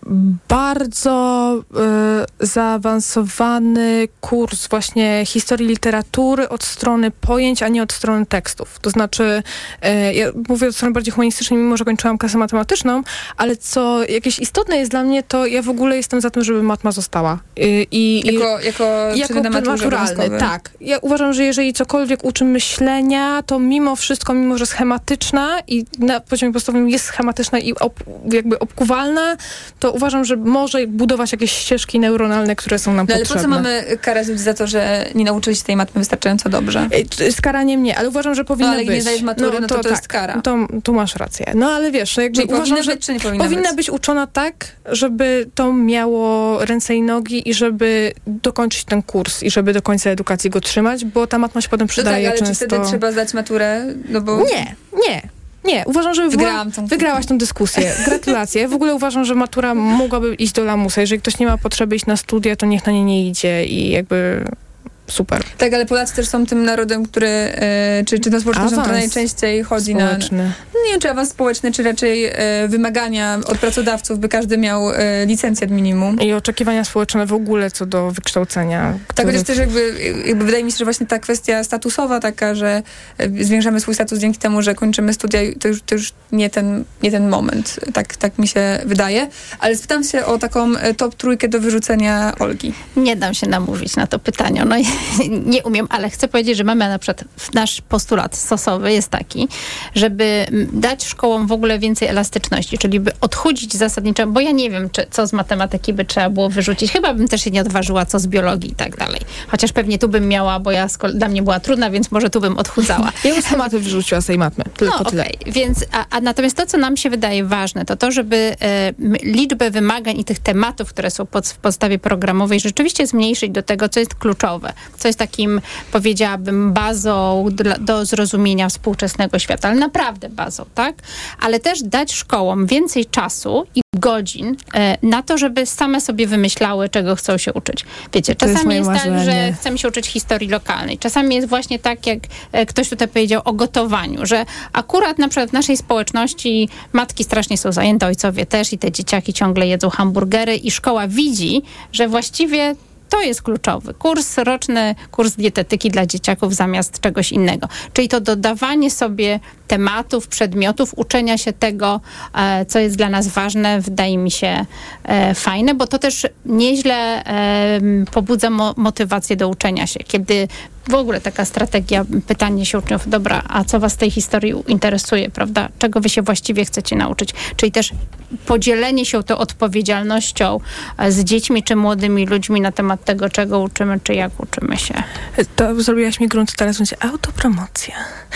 bardzo e, zaawansowany kurs właśnie historii literatury od strony pojęć, a nie od strony tekstów. To znaczy, e, ja mówię od strony bardziej humanistycznej, mimo że kończyłam klasę matematyczną, ale co jakieś istotne jest dla mnie, to ja w ogóle jestem za tym, żeby matma została. I, i, jako jako, jako naturalny, tak. Ja uważam, że jeżeli cokolwiek uczy myślenia, to mimo wszystko, mimo że schematyczna i na poziomie podstawowym jest schematyczna i ob, jakby obkuwalna, to uważam, że może budować jakieś ścieżki neuronalne, które są nam no, potrzebne. Ale po co mamy karać ludzi za to, że nie nauczyli się tej matmy wystarczająco dobrze? Z karaniem nie, ale uważam, że powinna no, ale być. Ale nie zdajesz matury, no, no to, to, to tak, jest kara. To, tu masz rację. No ale wiesz, jakby Czyli uważam, powinna że być, czy nie powinna, powinna być? być uczona tak, żeby to miało ręce i nogi i żeby dokończyć ten kurs i żeby do końca edukacji go trzymać, bo ta matma się potem przydaje no tak, ale często. czy wtedy trzeba zdać maturę? No bo... Nie, nie. Nie, uważam, że wygrałam tą... wygrałaś tą dyskusję. Gratulacje. W ogóle uważam, że matura mogłaby iść do lamusa. Jeżeli ktoś nie ma potrzeby iść na studia, to niech na nie nie idzie i jakby super. Tak, ale Polacy też są tym narodem, który, e, czy, czy to społecznością, która najczęściej chodzi społeczny. na... No nie wiem, czy awans społeczny, czy raczej e, wymagania od pracodawców, by każdy miał e, licencjat minimum. I oczekiwania społeczne w ogóle co do wykształcenia. Tak, chociaż też jakby, jakby wydaje mi się, że właśnie ta kwestia statusowa taka, że e, zwiększamy swój status dzięki temu, że kończymy studia, to już, to już nie, ten, nie ten moment. Tak, tak mi się wydaje. Ale spytam się o taką top trójkę do wyrzucenia Olgi. Nie dam się namówić na to pytanie. No nie umiem, ale chcę powiedzieć, że mamy na przykład nasz postulat stosowy jest taki, żeby dać szkołom w ogóle więcej elastyczności, czyli by odchudzić zasadniczo, bo ja nie wiem, czy, co z matematyki by trzeba było wyrzucić. Chyba bym też się nie odważyła, co z biologii i tak dalej. Chociaż pewnie tu bym miała, bo ja dla mnie była trudna, więc może tu bym odchudzała. Ja bym matmy wyrzuciła z tej matmy. Tylko no okej, okay. Więc a, a natomiast to, co nam się wydaje ważne, to to, żeby e, liczbę wymagań i tych tematów, które są pod, w podstawie programowej, rzeczywiście zmniejszyć do tego, co jest kluczowe, co jest takim, powiedziałabym, bazą dla, do zrozumienia współczesnego świata, ale naprawdę bazą, tak? Ale też dać szkołom więcej czasu i godzin e, na to, żeby same sobie wymyślały, czego chcą się uczyć. Wiecie, to czasami jest, jest tak, marzenie. że chcemy się uczyć historii lokalnej. Czasami jest właśnie tak, jak e, ktoś tutaj powiedział o gotowaniu, że akurat na przykład w naszej społeczności matki strasznie są zajęte, ojcowie też i te dzieciaki ciągle jedzą hamburgery i szkoła widzi, że właściwie to jest kluczowy. Kurs roczny, kurs dietetyki dla dzieciaków zamiast czegoś innego. Czyli to dodawanie sobie tematów, przedmiotów, uczenia się tego, e, co jest dla nas ważne, wydaje mi się e, fajne, bo to też nieźle e, pobudza mo- motywację do uczenia się. Kiedy w ogóle taka strategia, pytanie się uczniów, dobra, a co was z tej historii interesuje, prawda? Czego wy się właściwie chcecie nauczyć? Czyli też podzielenie się tą odpowiedzialnością z dziećmi czy młodymi ludźmi na temat tego, czego uczymy, czy jak uczymy się. To zrobiłaś mi grunt, teraz będzie autopromocja.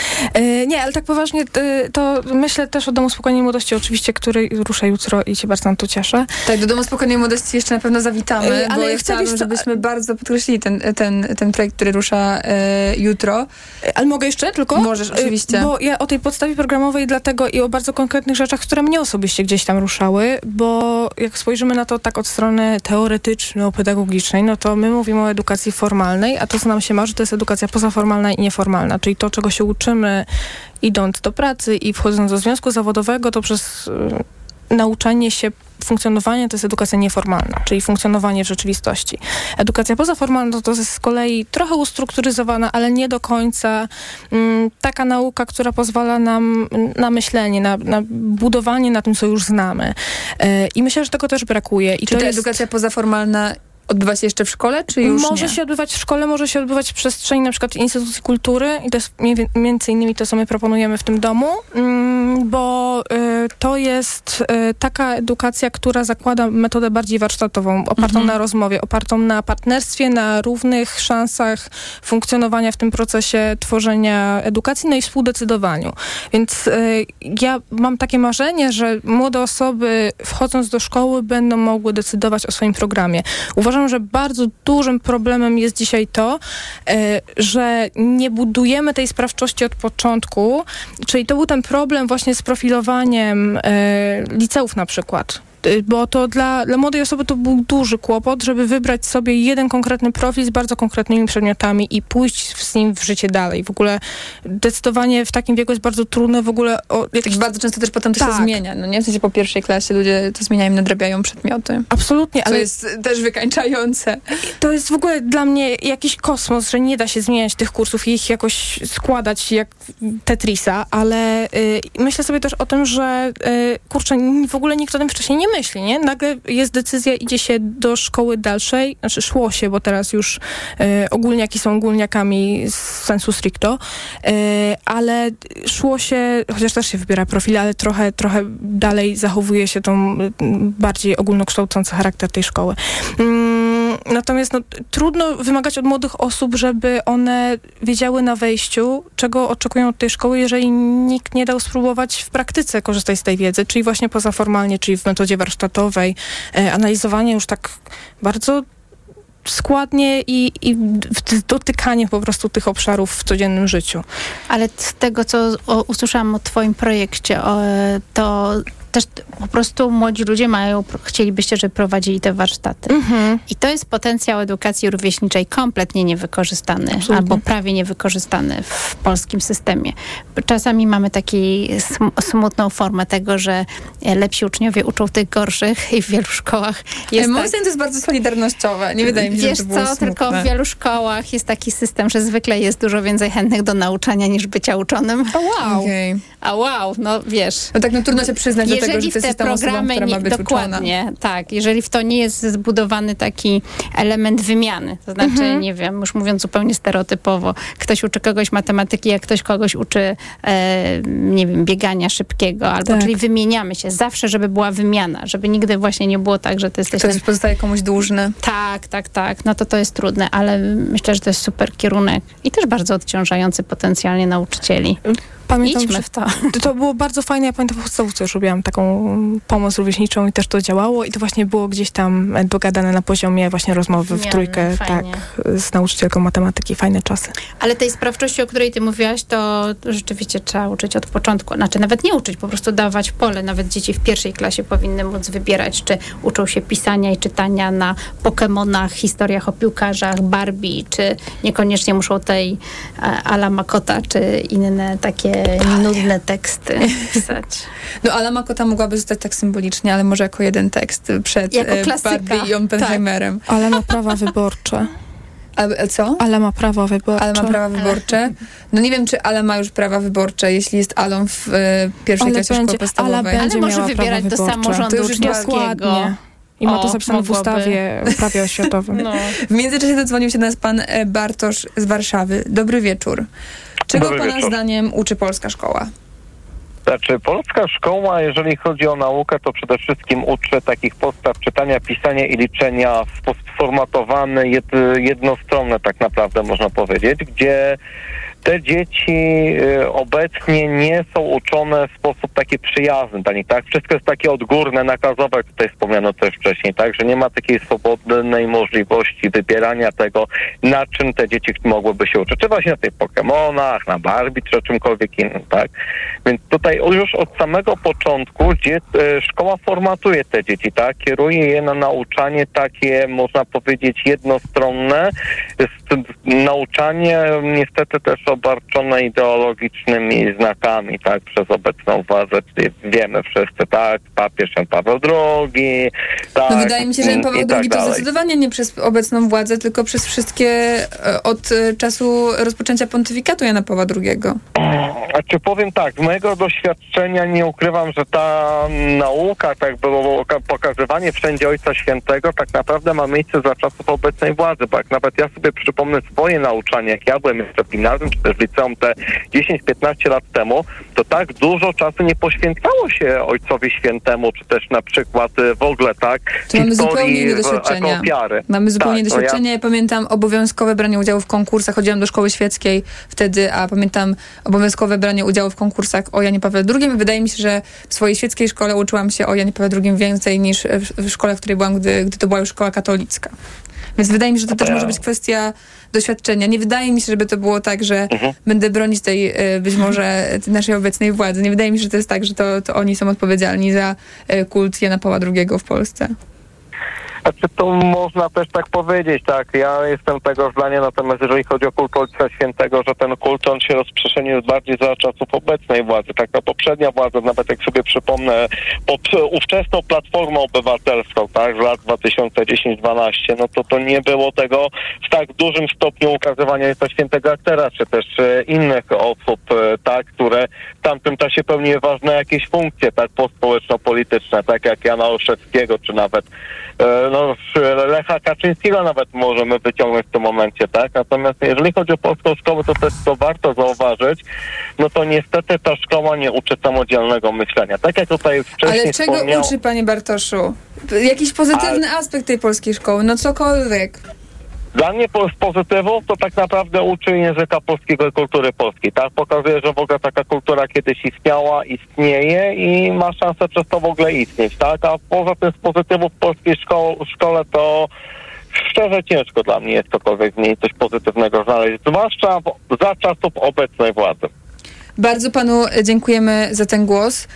E, nie, ale tak poważnie, to myślę też o Domu Spokojnej Młodości, oczywiście, który rusza jutro i się bardzo na to cieszę. Tak, do Domu Spokojnej Młodości jeszcze na pewno zawitamy, e, ale bo ja chciałabym, co... żebyśmy bardzo podkreślili ten, ten, ten projekt, który rusza e, jutro. Ale mogę jeszcze tylko? Możesz, oczywiście. Bo ja o tej podstawie programowej dlatego i o bardzo konkretnych rzeczach, które mnie osobiście gdzieś tam ruszały, bo jak spojrzymy na to tak od strony teoretyczno-pedagogicznej, no to my mówimy o edukacji formalnej, a to, co nam się marzy, to jest edukacja pozaformalna i nieformalna, czyli to, czego się uczymy idąc do pracy i wchodząc do związku zawodowego, to przez y, nauczanie się funkcjonowania to jest edukacja nieformalna, czyli funkcjonowanie w rzeczywistości. Edukacja pozaformalna to jest z kolei trochę ustrukturyzowana, ale nie do końca mm, taka nauka, która pozwala nam na myślenie, na, na budowanie na tym, co już znamy. Yy, I myślę, że tego też brakuje. I Czy to ta jest... edukacja pozaformalna odbywa się jeszcze w szkole, czy już Może nie? się odbywać w szkole, może się odbywać w przestrzeni na przykład instytucji kultury i to jest między innymi to, co my proponujemy w tym domu, bo y, to jest y, taka edukacja, która zakłada metodę bardziej warsztatową, opartą mhm. na rozmowie, opartą na partnerstwie, na równych szansach funkcjonowania w tym procesie tworzenia edukacji, no i współdecydowaniu. Więc y, ja mam takie marzenie, że młode osoby wchodząc do szkoły będą mogły decydować o swoim programie. Uważam, że bardzo dużym problemem jest dzisiaj to, e, że nie budujemy tej sprawczości od początku, czyli to był ten problem właśnie z profilowaniem e, liceów na przykład. Bo to dla, dla młodej osoby to był duży kłopot, żeby wybrać sobie jeden konkretny profil z bardzo konkretnymi przedmiotami i pójść z nim w życie dalej. W ogóle decydowanie w takim wieku jest bardzo trudne w ogóle o jakieś... Bardzo często też potem to tak. się zmienia. No nie? W sensie po pierwszej klasie ludzie to zmieniają, nadrabiają przedmioty. Absolutnie, co ale... jest też wykańczające. To jest w ogóle dla mnie jakiś kosmos, że nie da się zmieniać tych kursów i ich jakoś składać jak Tetrisa, ale y, myślę sobie też o tym, że y, kurczę, w ogóle nikt o tym wcześniej nie myśli, nie? Nagle jest decyzja, idzie się do szkoły dalszej, znaczy szło się, bo teraz już y, ogólniaki są ogólniakami z sensu stricto, y, ale szło się, chociaż też się wybiera profile, ale trochę, trochę dalej zachowuje się tą y, bardziej ogólnokształcący charakter tej szkoły. Y, natomiast no, trudno wymagać od młodych osób, żeby one wiedziały na wejściu, czego oczekują od tej szkoły, jeżeli nikt nie dał spróbować w praktyce korzystać z tej wiedzy, czyli właśnie pozaformalnie, czyli w metodzie warsztatowej, e, analizowanie już tak bardzo składnie i, i dotykanie po prostu tych obszarów w codziennym życiu. Ale z tego, co o, usłyszałam o twoim projekcie, o, to też po prostu młodzi ludzie mają, chcielibyście, żeby prowadzili te warsztaty. Mhm. I to jest potencjał edukacji rówieśniczej kompletnie niewykorzystany, Absolutnie. albo prawie niewykorzystany w polskim systemie. Czasami mamy taką smutną formę tego, że lepsi uczniowie uczą tych gorszych i w wielu szkołach jest Moim tak... zdaniem to jest bardzo solidarnościowe. Nie wydaje mi się, Wiesz że to było co, smutne. tylko w wielu szkołach jest taki system, że zwykle jest dużo więcej chętnych do nauczania niż bycia uczonym. A wow! Okay. A wow, no wiesz. No tak, no trudno się przyznać do tego, że to jest ta osoba, która ma być dokładnie, uczona. tak. Jeżeli w to nie jest zbudowany taki element wymiany, to znaczy, mhm. nie wiem, już mówiąc zupełnie stereotypowo, ktoś uczy kogoś matematyki, jak ktoś kogoś uczy, e, nie wiem, biegania szybkiego, albo tak. czyli wymieniamy się. Zawsze, żeby była wymiana, żeby nigdy właśnie nie było tak, że ty jesteś... Ktoś ten... pozostaje komuś dłużny. Tak, tak, tak. No to to jest trudne, ale myślę, że to jest super kierunek i też bardzo odciążający potencjalnie nauczycieli. Pamiętam, Idźmy w to. To było bardzo fajne. Ja pamiętam w podstawówce już robiłam taką pomoc rówieśniczą i też to działało i to właśnie było gdzieś tam dogadane na poziomie właśnie rozmowy w trójkę, fajnie. tak, z nauczycielką matematyki. Fajne czasy. Ale tej sprawczości, o której ty mówiłaś, to rzeczywiście trzeba uczyć od początku. Znaczy nawet nie uczyć, po prostu dawać pole. Nawet dzieci w pierwszej klasie powinny móc wybierać, czy uczą się pisania i czytania na Pokemonach, historiach o piłkarzach, Barbie, czy niekoniecznie muszą tej Ala Makota, czy inne takie nudne teksty pisać. No Ala Makota mogłaby zostać tak symbolicznie, ale może jako jeden tekst przed jako Barbie i Oppenheimerem. Tak. Ale ma prawa wyborcze. A co? Ale ma prawa wyborcze. Ale ma prawa wyborcze. No nie wiem, czy Ale ma już prawa wyborcze, jeśli jest Alą w e, pierwszej Ale klasie będzie, szkoły podstawowej. Ale może wybierać do samorządu uczniowskiego. I ma to zapisane w ustawie o prawie oświatowym. No. W międzyczasie zadzwonił się do nas pan Bartosz z Warszawy. Dobry wieczór. Czego Dobry pana wieczór. zdaniem uczy polska szkoła? Znaczy, polska szkoła, jeżeli chodzi o naukę, to przede wszystkim uczy takich podstaw czytania, pisania i liczenia w sposób sformatowany, jed, jednostronny tak naprawdę można powiedzieć, gdzie te dzieci y, obecnie nie są uczone w sposób taki przyjazny dla nich, tak? Wszystko jest takie odgórne, nakazowe, jak tutaj wspomniano też wcześniej, tak? Że nie ma takiej swobodnej możliwości wybierania tego, na czym te dzieci mogłyby się uczyć. Czy właśnie na tych Pokemonach, na Barbie, czy o czymkolwiek innym, tak? Więc tutaj już od samego początku dzie- y, szkoła formatuje te dzieci, tak? Kieruje je na nauczanie takie, można powiedzieć, jednostronne. Jest nauczanie niestety też obarczone ideologicznymi znakami, tak, przez obecną władzę. Wiemy wszyscy, tak, papież Jan Paweł drugi, tak, No wydaje mi się, że Jan Paweł i tak drugi to dalej. zdecydowanie nie przez obecną władzę, tylko przez wszystkie e, od e, czasu rozpoczęcia pontyfikatu Jana Pawła drugiego. A czy powiem tak, z mojego doświadczenia nie ukrywam, że ta nauka, tak było pokazywanie wszędzie Ojca Świętego, tak naprawdę ma miejsce za czasów obecnej władzy, bo jak nawet ja sobie przypomnę swoje nauczanie, jak ja byłem jeszcze w gimnazjum, czy też w liceum te dziesięć piętnaście lat temu, to tak dużo czasu nie poświęcało się Ojcowi Świętemu, czy też na przykład w ogóle tak To mamy zupełnie historii inne w- doświadczenia. jako ofiary. Mamy zupełnie Tak, no doświadczenia. Ja pamiętam obowiązkowe branie udziału w konkursach. Chodziłam do szkoły świeckiej wtedy, a pamiętam obowiązkowe branie udziału w konkursach o Janie Pawle drugim. I wydaje mi się, że w swojej świeckiej szkole uczyłam się o Janie Pawle drugim więcej niż w, w szkole, w której byłam, gdy, gdy to była już szkoła katolicka. Więc wydaje mi się, że to też może być kwestia doświadczenia. Nie wydaje mi się, żeby to było tak, że Mhm. będę bronić tej y, być może tej naszej obecnej władzy. Nie wydaje mi się, że to jest tak, że to, to oni są odpowiedzialni za y, kult Jana Pawła drugiego w Polsce. Znaczy to można też tak powiedzieć, tak, ja jestem tego zdania, natomiast jeżeli chodzi o kult Ojca Świętego, że ten kult on się rozprzestrzenił bardziej za czasów obecnej władzy, tak, ta poprzednia władza, nawet jak sobie przypomnę, pod ówczesną Platformą Obywatelską, tak, z lat dwa tysiące dziesiąty dwunasty, no to to nie było tego w tak dużym stopniu ukazywania Ojca Świętego jak teraz, czy też e, innych osób, e, tak, które w tamtym czasie pełniły ważne jakieś funkcje, tak, pospołeczno-polityczne, tak jak Jana Olszewskiego, czy nawet e, no, Lecha Kaczyńskiego nawet możemy wyciągnąć w tym momencie, tak? Natomiast jeżeli chodzi o polską szkołę, to też to warto zauważyć, no to niestety ta szkoła nie uczy samodzielnego myślenia. Tak jak tutaj wcześniej Ale czego wspomniał... uczy, panie Bartoszu? Jakiś pozytywny Ale... aspekt tej polskiej szkoły, no cokolwiek. Dla mnie po- z pozytywów to tak naprawdę uczy języka polskiego i kultury polskiej, tak? Pokazuje, że w ogóle taka kultura kiedyś istniała, istnieje i ma szansę przez to w ogóle istnieć, tak? A poza tym z pozytywów w polskiej szko- szkole to szczerze ciężko dla mnie jest cokolwiek w niej coś pozytywnego znaleźć, zwłaszcza w, za czasów obecnej władzy. Bardzo panu dziękujemy za ten głos.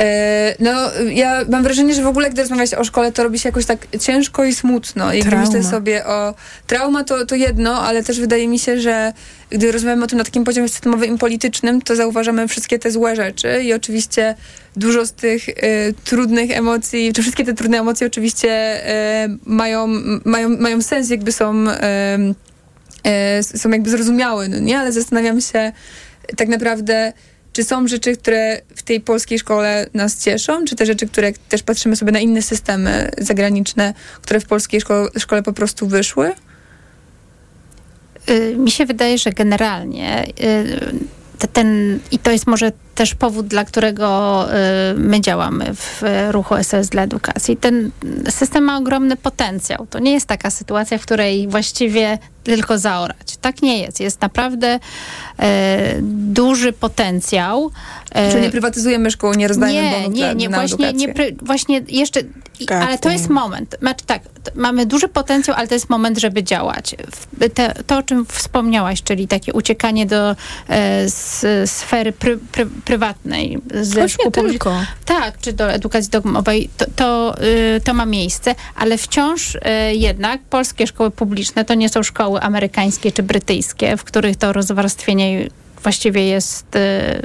E, no, ja mam wrażenie, że w ogóle, gdy rozmawia się o szkole, to robi się jakoś tak ciężko i smutno. I gdy Trauma. myślę sobie o... Trauma to, to jedno, ale też wydaje mi się, że gdy rozmawiamy o tym na takim poziomie systemowym i politycznym, to zauważamy wszystkie te złe rzeczy i oczywiście dużo z tych e, trudnych emocji, czy wszystkie te trudne emocje oczywiście e, mają, mają, mają sens, jakby są, e, e, są jakby zrozumiałe, no nie? Ale zastanawiam się tak naprawdę, czy są rzeczy, które w tej polskiej szkole nas cieszą, czy te rzeczy, które też patrzymy sobie na inne systemy zagraniczne, które w polskiej szkole, szkole po prostu wyszły? Y, mi się wydaje, że generalnie y, te- ten, i to jest może też powód, dla którego y, my działamy w y, ruchu S O S dla edukacji. Ten system ma ogromny potencjał. To nie jest taka sytuacja, w której właściwie tylko zaorać. Tak nie jest. Jest naprawdę y, duży potencjał. Y, Czyli nie prywatyzujemy szkół, nie rozdajemy nie, bonów nie, dla, nie, na właśnie, edukację. nie, pry- właśnie jeszcze, i, ale to jest moment. Znaczy, tak, t- mamy duży potencjał, ale to jest moment, żeby działać. W- Te, to, o czym wspomniałaś, czyli takie uciekanie do e, s, sfery pry, pry, prywatnej. Ze Choć szkół nie publicznych. tylko. Tak, czy do edukacji domowej, to, to, y, to ma miejsce, ale wciąż y, jednak polskie szkoły publiczne to nie są szkoły amerykańskie czy brytyjskie, w których to rozwarstwienie właściwie jest y,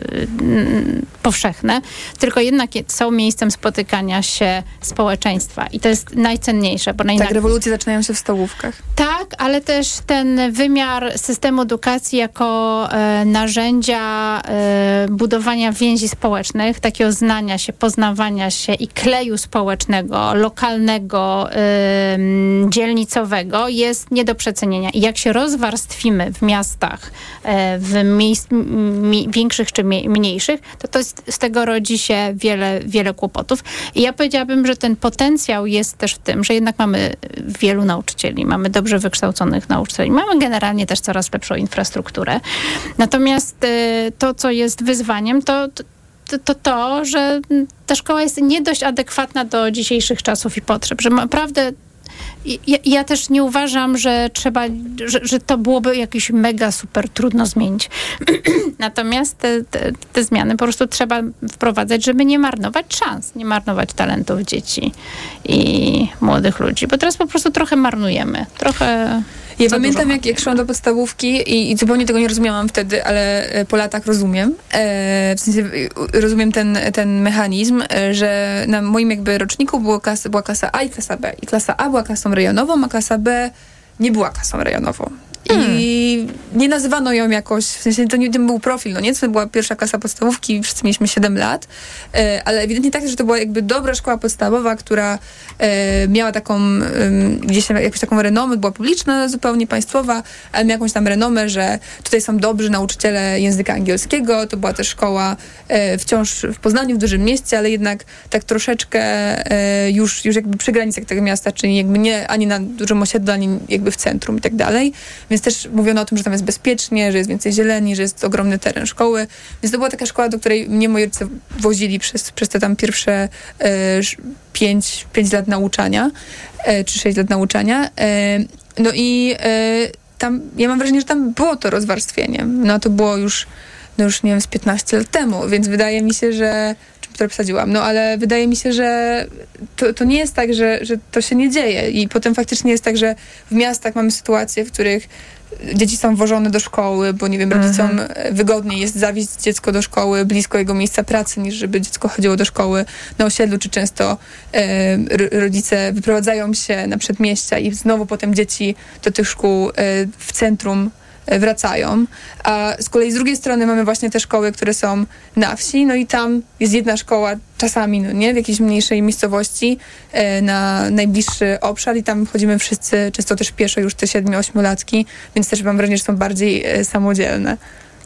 mm, powszechne, tylko jednak je- są miejscem spotykania się społeczeństwa i to jest najcenniejsze, bo Tak, najna- rewolucje zaczynają się w stołówkach. tak, ale też ten wymiar systemu edukacji jako e, narzędzia e, budowania więzi społecznych, takiego znania się, poznawania się i kleju społecznego, lokalnego, e, m, dzielnicowego jest nie do przecenienia. I jak się rozwarstwimy w miastach, e, w miejsc mi, większych czy mi, mniejszych, to, to jest, z tego rodzi się wiele, wiele kłopotów. I ja powiedziałabym, że ten potencjał jest też w tym, że jednak mamy wielu nauczycieli, mamy dobrze wykształconych nauczycieli, mamy generalnie też coraz lepszą infrastrukturę. Natomiast y, to, co jest wyzwaniem, to, to, to to, że ta szkoła jest nie dość adekwatna do dzisiejszych czasów i potrzeb, że naprawdę ja, ja też nie uważam, że trzeba, że, że to byłoby jakieś mega super trudno zmienić. Natomiast te, te, te zmiany po prostu trzeba wprowadzać, żeby nie marnować szans, nie marnować talentów dzieci i młodych ludzi, bo teraz po prostu trochę marnujemy. Trochę... Ja pamiętam, jak, jak szłam do podstawówki i, i zupełnie tego nie rozumiałam wtedy, ale po latach rozumiem. E, w sensie rozumiem ten, ten mechanizm, że na moim jakby roczniku było klasa, była klasa A i klasa B. I klasa A była klasą rejonową, a klasa B nie była klasą rejonową. I hmm. nie nazywano ją jakoś, w sensie to nie to był profil, no nie? To była pierwsza klasa podstawówki, wszyscy mieliśmy siedem lat, e, ale ewidentnie tak, że to była jakby dobra szkoła podstawowa, która e, miała taką, e, gdzieś jakąś taką renomę, była publiczna, zupełnie państwowa, ale miała jakąś tam renomę, że tutaj są dobrzy nauczyciele języka angielskiego. To była też szkoła e, wciąż w Poznaniu, w dużym mieście, ale jednak tak troszeczkę e, już, już jakby przy granicach tego miasta, czyli jakby nie ani na dużym osiedlu, ani jakby w centrum i tak dalej. Więc też mówiono o tym, że tam jest bezpiecznie, że jest więcej zieleni, że jest ogromny teren szkoły. Więc to była taka szkoła, do której mnie moi rodzice wozili przez, przez te tam pierwsze e, pięć, pięć lat nauczania, e, czy sześć lat nauczania. E, no i e, tam, ja mam wrażenie, że tam było to rozwarstwienie. No to było już, no już nie wiem, z piętnaście lat temu, więc wydaje mi się, że które przesadziłam, no ale wydaje mi się, że to, to nie jest tak, że, że to się nie dzieje i potem faktycznie jest tak, że w miastach mamy sytuacje, w których dzieci są wożone do szkoły, bo nie wiem, rodzicom mhm. wygodniej jest zawieźć dziecko do szkoły blisko jego miejsca pracy, niż żeby dziecko chodziło do szkoły na osiedlu, czy często e, rodzice wyprowadzają się na przedmieścia i znowu potem dzieci do tych szkół e, w centrum wracają, a z kolei z drugiej strony mamy właśnie te szkoły, które są na wsi, no i tam jest jedna szkoła czasami, no nie, w jakiejś mniejszej miejscowości e, na najbliższy obszar i tam chodzimy wszyscy, często też pieszo już te siedmiu, ośmiolatki, więc też mam wrażenie, że są bardziej e, samodzielne.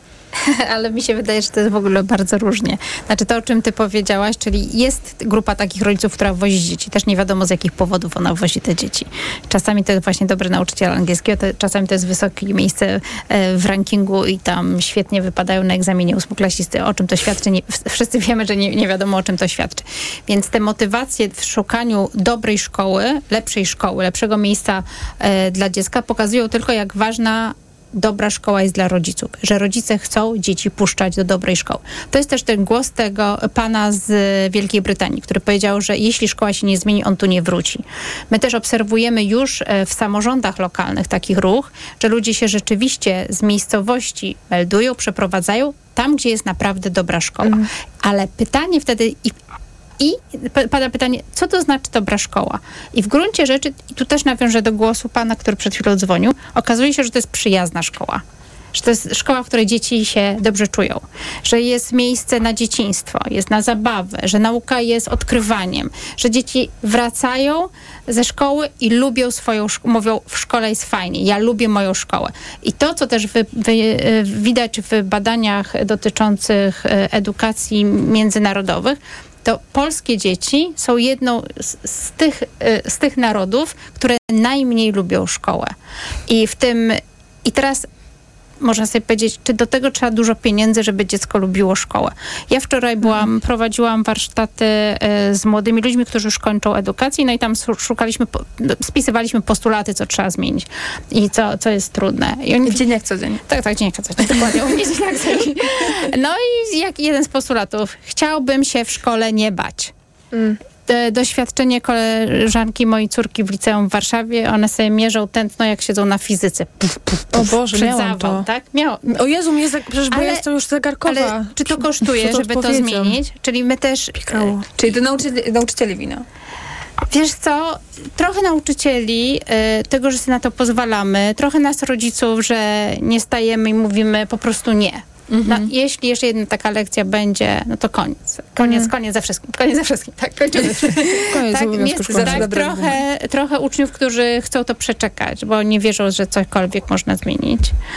Ale mi się wydaje, że to jest w ogóle bardzo różnie. Znaczy to, o czym ty powiedziałaś, czyli jest grupa takich rodziców, która wozi dzieci. Też nie wiadomo, z jakich powodów ona wozi te dzieci. Czasami to jest właśnie dobry nauczyciel angielskiego, to, czasami to jest wysokie miejsce e, w rankingu i tam świetnie wypadają na egzaminie ósmoklasisty. O czym to świadczy? Nie, wszyscy wiemy, że nie, nie wiadomo, o czym to świadczy. Więc te motywacje w szukaniu dobrej szkoły, lepszej szkoły, lepszego miejsca e, dla dziecka pokazują tylko, jak ważna dobra szkoła jest dla rodziców, że rodzice chcą dzieci puszczać do dobrej szkoły. To jest też ten głos tego pana z Wielkiej Brytanii, który powiedział, że jeśli szkoła się nie zmieni, on tu nie wróci. My też obserwujemy już w samorządach lokalnych takich ruch, że ludzie się rzeczywiście z miejscowości meldują, przeprowadzają tam, gdzie jest naprawdę dobra szkoła. Mm. Ale pytanie wtedy... I, I pada pytanie, co to znaczy dobra szkoła? I w gruncie rzeczy, i tu też nawiążę do głosu pana, który przed chwilą dzwonił, okazuje się, że to jest przyjazna szkoła. Że to jest szkoła, w której dzieci się dobrze czują. Że jest miejsce na dzieciństwo, jest na zabawę, że nauka jest odkrywaniem. Że dzieci wracają ze szkoły i lubią swoją szkołę. Mówią, w szkole jest fajnie, ja lubię moją szkołę. I to, co też wy, wy, widać w badaniach dotyczących edukacji międzynarodowych, to polskie dzieci są jedną z, z, tych, z tych narodów, które najmniej lubią szkołę. I w tym, i teraz można sobie powiedzieć, czy do tego trzeba dużo pieniędzy, żeby dziecko lubiło szkołę. Ja wczoraj byłam, mhm. prowadziłam warsztaty y, z młodymi ludźmi, którzy już kończą edukację, no i tam szukaliśmy, po, spisywaliśmy postulaty, co trzeba zmienić i co, co jest trudne. I oni, dzień jak co dzień. Tak, tak, dzień jak co dzień. Dokładnie, u mnie dzień jak co dzień. No i jak jeden z postulatów, chciałbym się w szkole nie bać. Mm. Doświadczenie koleżanki mojej córki w liceum w Warszawie, one sobie mierzą tętno, jak siedzą na fizyce. Puf, puf, puf, o Boże, przed miałam zawał, to. Tak? Miał. O Jezu, mnie zag... przecież bo ja jestem już zegarkowa. Ale czy to kosztuje, to żeby to zmienić? Czyli my też... Pikało. Czyli to nauczycieli, nauczycieli wina. Wiesz co, trochę nauczycieli y, tego, że sobie na to pozwalamy, trochę nas rodziców, że nie stajemy i mówimy po prostu nie. No, jeśli jeszcze jedna taka lekcja będzie, no to koniec. Koniec, mm. koniec ze wszystkim. Koniec ze wszystkim. Tak, kończymy. Koniec tak, jest, tak, trochę, trochę uczniów, którzy chcą to przeczekać, bo nie wierzą, że cokolwiek można zmienić.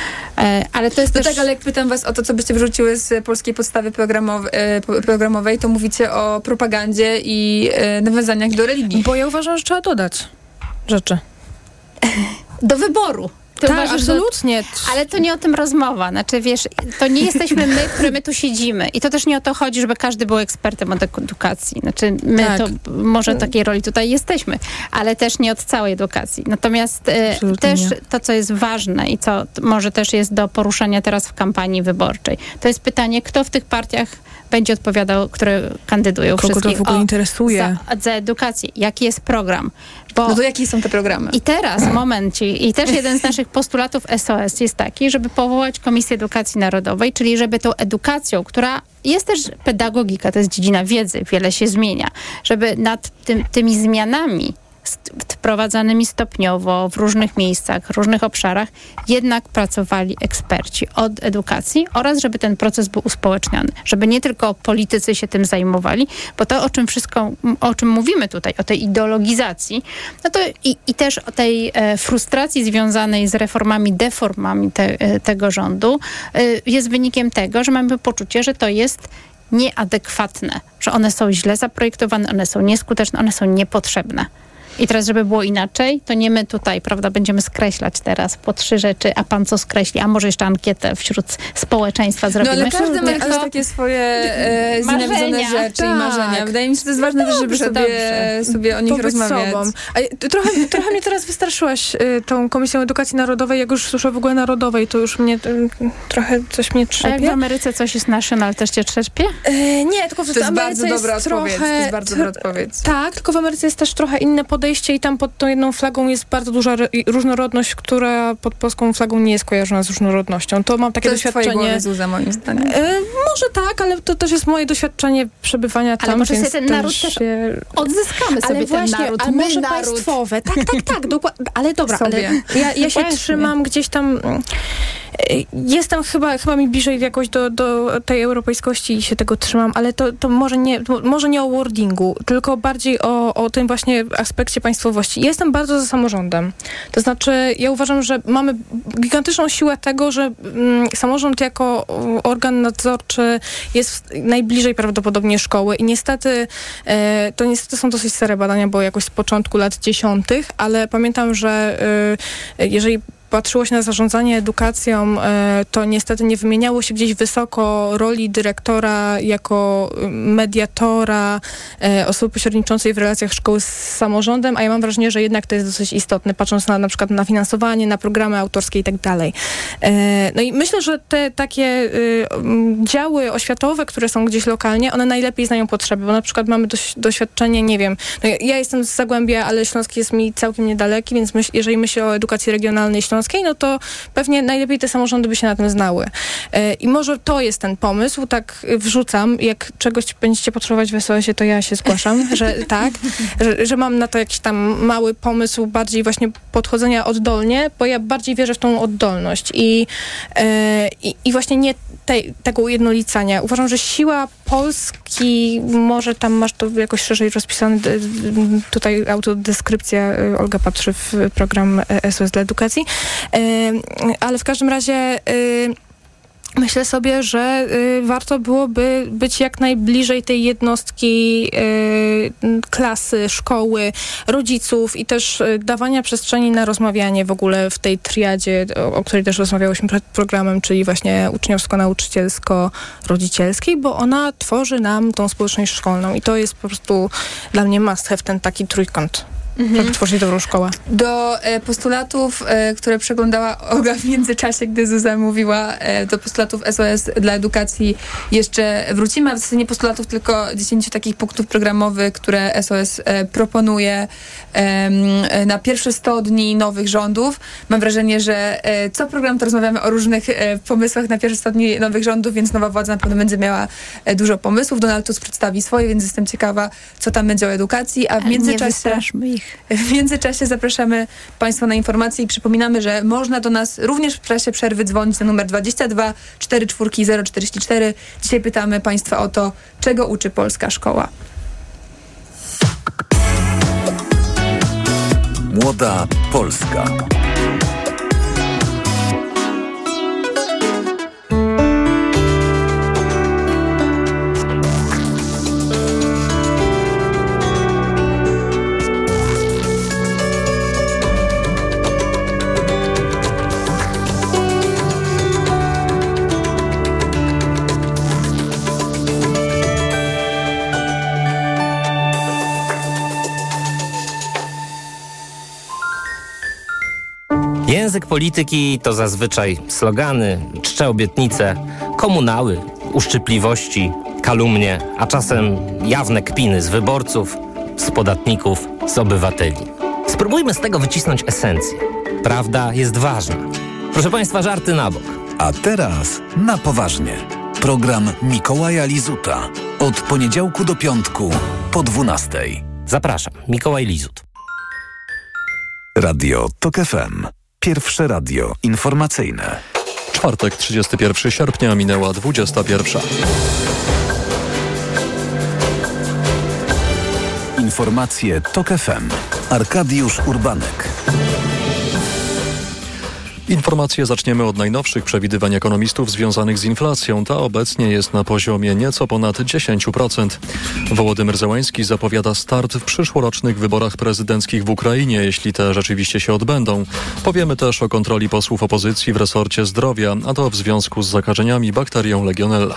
E, ale to jest no też... tak, ale jak pytam was o to, co byście wyrzuciły z polskiej podstawy programowej, programowej to mówicie o propagandzie i e, nawiązaniach do religii. Bo ja uważam, że trzeba dodać rzeczy. Do wyboru. Ty tak, uważasz, absolutnie. Że... Ale to nie o tym rozmowa. Znaczy, wiesz, to nie jesteśmy my, które my tu siedzimy. I to też nie o to chodzi, żeby każdy był ekspertem od edukacji. Znaczy, my tak. to może takiej roli tutaj jesteśmy, ale też nie od całej edukacji. Natomiast e, też nie. to, co jest ważne i co może też jest do poruszenia teraz w kampanii wyborczej, to jest pytanie, kto w tych partiach będzie odpowiadał, które kandydują. Kogo to w ogóle o, interesuje? Za, za edukację. Jaki jest program? Bo no to jakie są te programy? I teraz, momencie, i też jeden z naszych postulatów S O S jest taki, żeby powołać Komisję Edukacji Narodowej, czyli żeby tą edukacją, która jest też pedagogika, to jest dziedzina wiedzy, wiele się zmienia, żeby nad tym, tymi zmianami wprowadzanymi stopniowo w różnych miejscach, w różnych obszarach, jednak pracowali eksperci od edukacji oraz żeby ten proces był uspołeczniany. Żeby nie tylko politycy się tym zajmowali, bo to, o czym wszystko, o czym mówimy tutaj, o tej ideologizacji, no to i, i też o tej e, frustracji związanej z reformami, deformami te, e, tego rządu e, jest wynikiem tego, że mamy poczucie, że to jest nieadekwatne, że one są źle zaprojektowane, one są nieskuteczne, one są niepotrzebne. I teraz, żeby było inaczej, to nie my tutaj, prawda, będziemy skreślać teraz po trzy rzeczy, a pan co skreśli, a może jeszcze ankietę wśród społeczeństwa zrobimy. No ale każdy ma jakieś takie swoje e, znienawidzone rzeczy tak. i marzenia. Wydaje mi się, że to jest ważne, dobrze, żeby sobie, sobie o nich Powiedz rozmawiać. Sobą. A trochę, trochę mnie teraz wystraszyłaś y, tą Komisją Edukacji Narodowej, jak już słyszę w ogóle narodowej, to już mnie y, trochę coś mnie trzepie. A jak w Ameryce coś jest national, też cię trzepie? Y, nie, tylko w to jest Ameryce bardzo dobra jest odpowiedź. trochę... To jest bardzo dobra odpowiedź. Tak, tylko w Ameryce jest też trochę inne podejście i tam pod tą jedną flagą jest bardzo duża różnorodność, która pod polską flagą nie jest kojarzona z różnorodnością. To mam takie to doświadczenie. To jest Zuza, moim zdaniem. E, może tak, ale to też jest moje doświadczenie przebywania tam. Ale może więc sobie ten naród też się... odzyskamy sobie ale właśnie, ten naród. Ale My może naród. państwowe. Tak, tak, tak. dokładnie. Ale dobra, sobie. ale ja, ja się właśnie. trzymam gdzieś tam... Jestem chyba, chyba mi bliżej jakoś do, do tej europejskości i się tego trzymam, ale to, to może, nie, może nie o wordingu, tylko bardziej o, o tym właśnie aspekcie państwowości. Jestem bardzo za samorządem. To znaczy, ja uważam, że mamy gigantyczną siłę tego, że mm, samorząd jako organ nadzorczy jest najbliżej prawdopodobnie szkoły i niestety e, to niestety są dosyć stare badania, bo jakoś z początku lat dziesiątych, ale pamiętam, że e, jeżeli patrzyło się na zarządzanie edukacją, to niestety nie wymieniało się gdzieś wysoko roli dyrektora jako mediatora, osoby pośredniczącej w relacjach szkoły z samorządem, a ja mam wrażenie, że jednak to jest dosyć istotne, patrząc na na przykład na finansowanie, na programy autorskie i tak dalej. No i myślę, że te takie działy oświatowe, które są gdzieś lokalnie, one najlepiej znają potrzeby, bo na przykład mamy doś, doświadczenie, nie wiem, no ja, ja jestem z Zagłębia, ale Śląski jest mi całkiem niedaleki, więc myśl, jeżeli myślę o edukacji regionalnej Śląskiej, no to pewnie najlepiej te samorządy by się na tym znały. I może to jest ten pomysł, tak wrzucam, jak czegoś będziecie potrzebować w S O S-ie, to ja się zgłaszam, że tak, że, że mam na to jakiś tam mały pomysł bardziej właśnie podchodzenia oddolnie, bo ja bardziej wierzę w tą oddolność i, i, i właśnie nie tej, tego ujednolicania. Uważam, że siła Polski, może tam masz to jakoś szerzej rozpisane, tutaj autodeskrypcja, Olga patrzy w program S O S dla edukacji, ale w każdym razie myślę sobie, że y, warto byłoby być jak najbliżej tej jednostki y, klasy, szkoły, rodziców i też y, dawania przestrzeni na rozmawianie w ogóle w tej triadzie, o, o której też rozmawiałyśmy przed programem, czyli właśnie uczniowsko-nauczycielsko-rodzicielskiej, bo ona tworzy nam tą społeczność szkolną i to jest po prostu dla mnie must have, ten taki trójkąt. Mhm. Żeby tworzyć dobrą szkołę. Do e, postulatów, e, które przeglądała Olga w międzyczasie, gdy Zuza mówiła, e, do postulatów S O S dla edukacji jeszcze wrócimy, a w zasadzie nie postulatów, tylko dziesięciu takich punktów programowych, które S O S e, proponuje e, na pierwsze sto dni nowych rządów. Mam wrażenie, że e, co program to rozmawiamy o różnych e, pomysłach na pierwsze sto dni nowych rządów, więc nowa władza na pewno będzie miała e, dużo pomysłów. Donald Tusk przedstawi swoje, więc jestem ciekawa, co tam będzie o edukacji, a w międzyczasie... Nie wystraszmy ich. W międzyczasie zapraszamy Państwa na informacje i przypominamy, że można do nas również w czasie przerwy dzwonić na numer dwadzieścia dwa czterdzieści cztery zero czterdzieści cztery. Dzisiaj pytamy Państwa o to, czego uczy polska szkoła. Młoda Polska. Język polityki to zazwyczaj slogany, czcze obietnice, komunały, uszczypliwości, kalumnie, a czasem jawne kpiny z wyborców, z podatników, z obywateli. Spróbujmy z tego wycisnąć esencję. Prawda jest ważna. Proszę Państwa, żarty na bok. A teraz na poważnie. Program Mikołaja Lizuta. Od poniedziałku do piątku po dwunastej. Zapraszam, Mikołaj Lizut. Radio TOK F M. Pierwsze radio informacyjne. Czwartek, trzydziestego pierwszego sierpnia, minęła dwudziesta pierwsza. Informacje TOK F M. Arkadiusz Urbanek. Informacje zaczniemy od najnowszych przewidywań ekonomistów związanych z inflacją. Ta obecnie jest na poziomie nieco ponad dziesięć procent. Wołodymyr Zełański zapowiada start w przyszłorocznych wyborach prezydenckich w Ukrainie, jeśli te rzeczywiście się odbędą. Powiemy też o kontroli posłów opozycji w resorcie zdrowia, a to w związku z zakażeniami bakterią Legionella.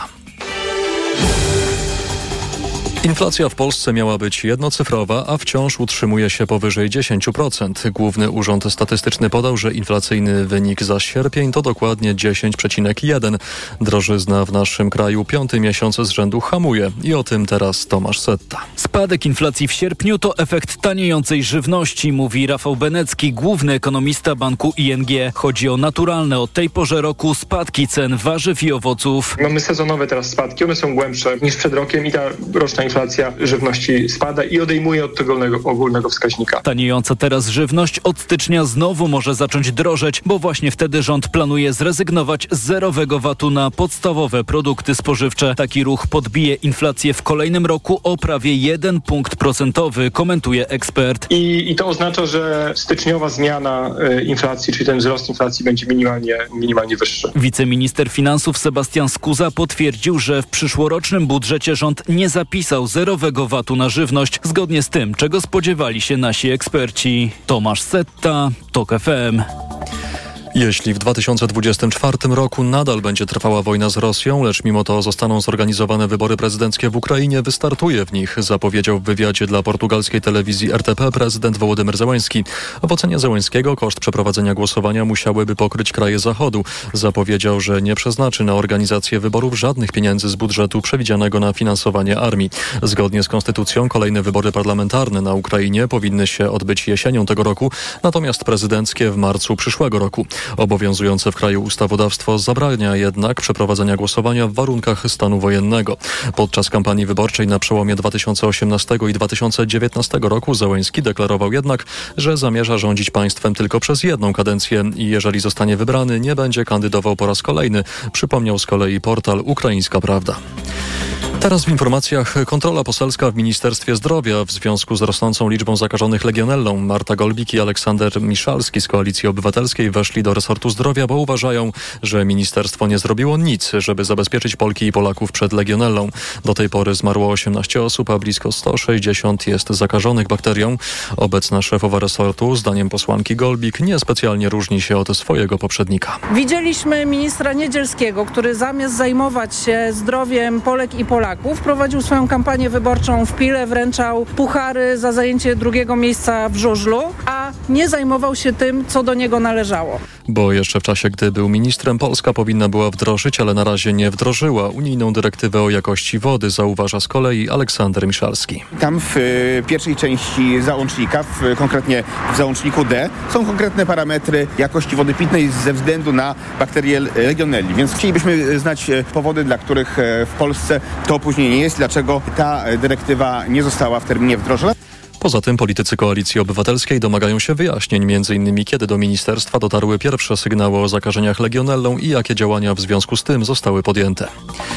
Inflacja w Polsce miała być jednocyfrowa, a wciąż utrzymuje się powyżej dziesięć procent. Główny Urząd Statystyczny podał, że inflacyjny wynik za sierpień to dokładnie dziesięć przecinek jeden. Drożyzna w naszym kraju piąty miesiąc z rzędu hamuje. I o tym teraz Tomasz Setta. Spadek inflacji w sierpniu to efekt taniejącej żywności, mówi Rafał Benecki, główny ekonomista banku I N G. Chodzi o naturalne od tej porze roku spadki cen warzyw i owoców. Mamy sezonowe teraz spadki, one są głębsze niż przed rokiem i ta roczna inflacja żywności spada i odejmuje od tego ogólnego, ogólnego wskaźnika. Taniejąca teraz żywność od stycznia znowu może zacząć drożeć, bo właśnie wtedy rząd planuje zrezygnować z zerowego vatu na podstawowe produkty spożywcze. Taki ruch podbije inflację w kolejnym roku o prawie jeden punkt procentowy, komentuje ekspert. I, i to oznacza, że styczniowa zmiana y, inflacji, czyli ten wzrost inflacji będzie minimalnie, minimalnie wyższy. Wiceminister finansów Sebastian Skuza potwierdził, że w przyszłorocznym budżecie rząd nie zapisał zerowego vatu na żywność, zgodnie z tym, czego spodziewali się nasi eksperci. Tomasz Setta, TOK F M. Jeśli w dwa tysiące dwudziestym czwartym roku nadal będzie trwała wojna z Rosją, lecz mimo to zostaną zorganizowane wybory prezydenckie w Ukrainie, wystartuje w nich, zapowiedział w wywiadzie dla portugalskiej telewizji R T P prezydent Wołodymyr Zełański. W ocenie Zełańskiego koszt przeprowadzenia głosowania musiałyby pokryć kraje Zachodu. Zapowiedział, że nie przeznaczy na organizację wyborów żadnych pieniędzy z budżetu przewidzianego na finansowanie armii. Zgodnie z konstytucją kolejne wybory parlamentarne na Ukrainie powinny się odbyć jesienią tego roku, natomiast prezydenckie w marcu przyszłego roku. Obowiązujące w kraju ustawodawstwo zabrania jednak przeprowadzenia głosowania w warunkach stanu wojennego. Podczas kampanii wyborczej na przełomie dwa tysiące osiemnastego i dwa tysiące dziewiętnastego roku Zełański deklarował jednak, że zamierza rządzić państwem tylko przez jedną kadencję i jeżeli zostanie wybrany, nie będzie kandydował po raz kolejny, przypomniał z kolei portal Ukraińska Prawda. Teraz w informacjach kontrola poselska w Ministerstwie Zdrowia w związku z rosnącą liczbą zakażonych Legionellą. Marta Golbik i Aleksander Miszalski z Koalicji Obywatelskiej weszli do resortu zdrowia, bo uważają, że ministerstwo nie zrobiło nic, żeby zabezpieczyć Polki i Polaków przed Legionellą. Do tej pory zmarło osiemnaście osób, a blisko sto sześćdziesiąt jest zakażonych bakterią. Obecna szefowa resortu, zdaniem posłanki Golbik, niespecjalnie różni się od swojego poprzednika. Widzieliśmy ministra Niedzielskiego, który zamiast zajmować się zdrowiem Polek i Polaków, prowadził swoją kampanię wyborczą w Pile, wręczał puchary za zajęcie drugiego miejsca w żużlu, a nie zajmował się tym, co do niego należało. Bo jeszcze w czasie, gdy był ministrem, Polska powinna była wdrożyć, ale na razie nie wdrożyła unijną dyrektywę o jakości wody, zauważa z kolei Aleksander Miszalski. Tam w y, pierwszej części załącznika, w, konkretnie w załączniku D, są konkretne parametry jakości wody pitnej ze względu na bakterię Legionelli. Więc chcielibyśmy znać powody, dla których w Polsce to opóźnienie jest, dlaczego ta dyrektywa nie została w terminie wdrożona. Poza tym politycy Koalicji Obywatelskiej domagają się wyjaśnień, między innymi kiedy do ministerstwa dotarły pierwsze sygnały o zakażeniach Legionellą i jakie działania w związku z tym zostały podjęte.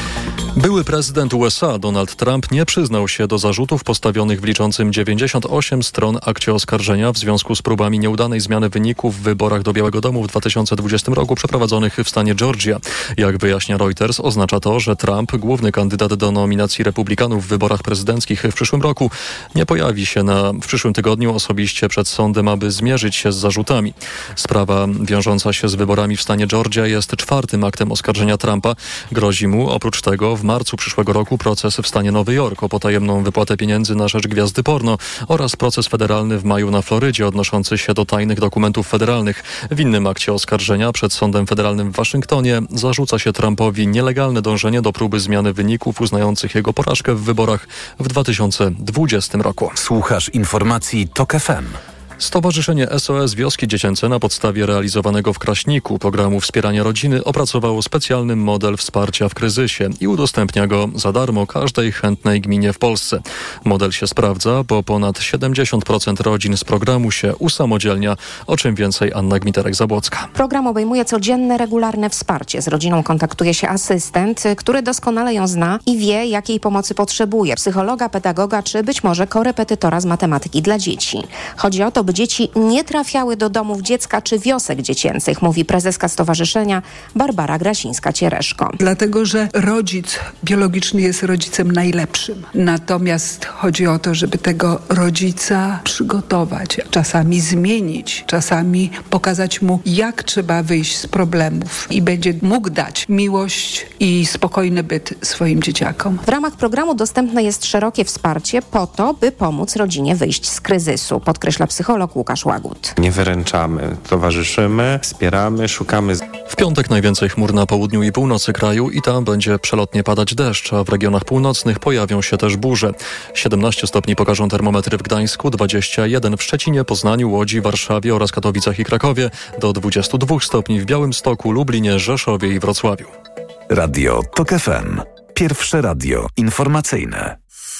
Były prezydent U S A Donald Trump nie przyznał się do zarzutów postawionych w liczącym dziewięćdziesiąt osiem stron akcie oskarżenia w związku z próbami nieudanej zmiany wyników w wyborach do Białego Domu w dwa tysiące dwudziestym roku przeprowadzonych w stanie Georgia. Jak wyjaśnia Reuters, oznacza to, że Trump, główny kandydat do nominacji Republikanów w wyborach prezydenckich w przyszłym roku, nie pojawi się na, w przyszłym tygodniu osobiście przed sądem, aby zmierzyć się z zarzutami. Sprawa wiążąca się z wyborami w stanie Georgia jest czwartym aktem oskarżenia Trumpa. Grozi mu oprócz tego w w marcu przyszłego roku proces w stanie Nowy Jork o potajemną wypłatę pieniędzy na rzecz gwiazdy porno oraz proces federalny w maju na Florydzie odnoszący się do tajnych dokumentów federalnych. W innym akcie oskarżenia przed Sądem Federalnym w Waszyngtonie zarzuca się Trumpowi nielegalne dążenie do próby zmiany wyników uznających jego porażkę w wyborach w dwa tysiące dwudziestym roku. Słuchasz informacji TOK F M. Stowarzyszenie S O S Wioski Dziecięce na podstawie realizowanego w Kraśniku programu wspierania rodziny opracowało specjalny model wsparcia w kryzysie i udostępnia go za darmo każdej chętnej gminie w Polsce. Model się sprawdza, bo ponad siedemdziesiąt procent rodzin z programu się usamodzielnia, o czym więcej Anna Gmiterek-Zabłocka. Program obejmuje codzienne, regularne wsparcie. Z rodziną kontaktuje się asystent, który doskonale ją zna i wie, jakiej pomocy potrzebuje. Psychologa, pedagoga czy być może korepetytora z matematyki dla dzieci. Chodzi o to, by dzieci nie trafiały do domów dziecka czy wiosek dziecięcych, mówi prezeska stowarzyszenia Barbara Grasińska-Ciereszko. Dlatego, że rodzic biologiczny jest rodzicem najlepszym. Natomiast chodzi o to, żeby tego rodzica przygotować, czasami zmienić, czasami pokazać mu, jak trzeba wyjść z problemów i będzie mógł dać miłość i spokojny byt swoim dzieciakom. W ramach programu dostępne jest szerokie wsparcie po to, by pomóc rodzinie wyjść z kryzysu, podkreśla psycholog Łukasz Łagut. Nie wyręczamy, towarzyszymy, wspieramy, szukamy. W piątek najwięcej chmur na południu i północy kraju i tam będzie przelotnie padać deszcz, a w regionach północnych pojawią się też burze. siedemnaście stopni pokażą termometry w Gdańsku, dwadzieścia jeden w Szczecinie, Poznaniu, Łodzi, Warszawie oraz Katowicach i Krakowie, do dwudziestu dwóch stopni w Białymstoku, Lublinie, Rzeszowie i Wrocławiu. Radio TOK F M. Pierwsze radio informacyjne.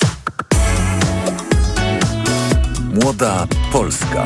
Młoda Polska.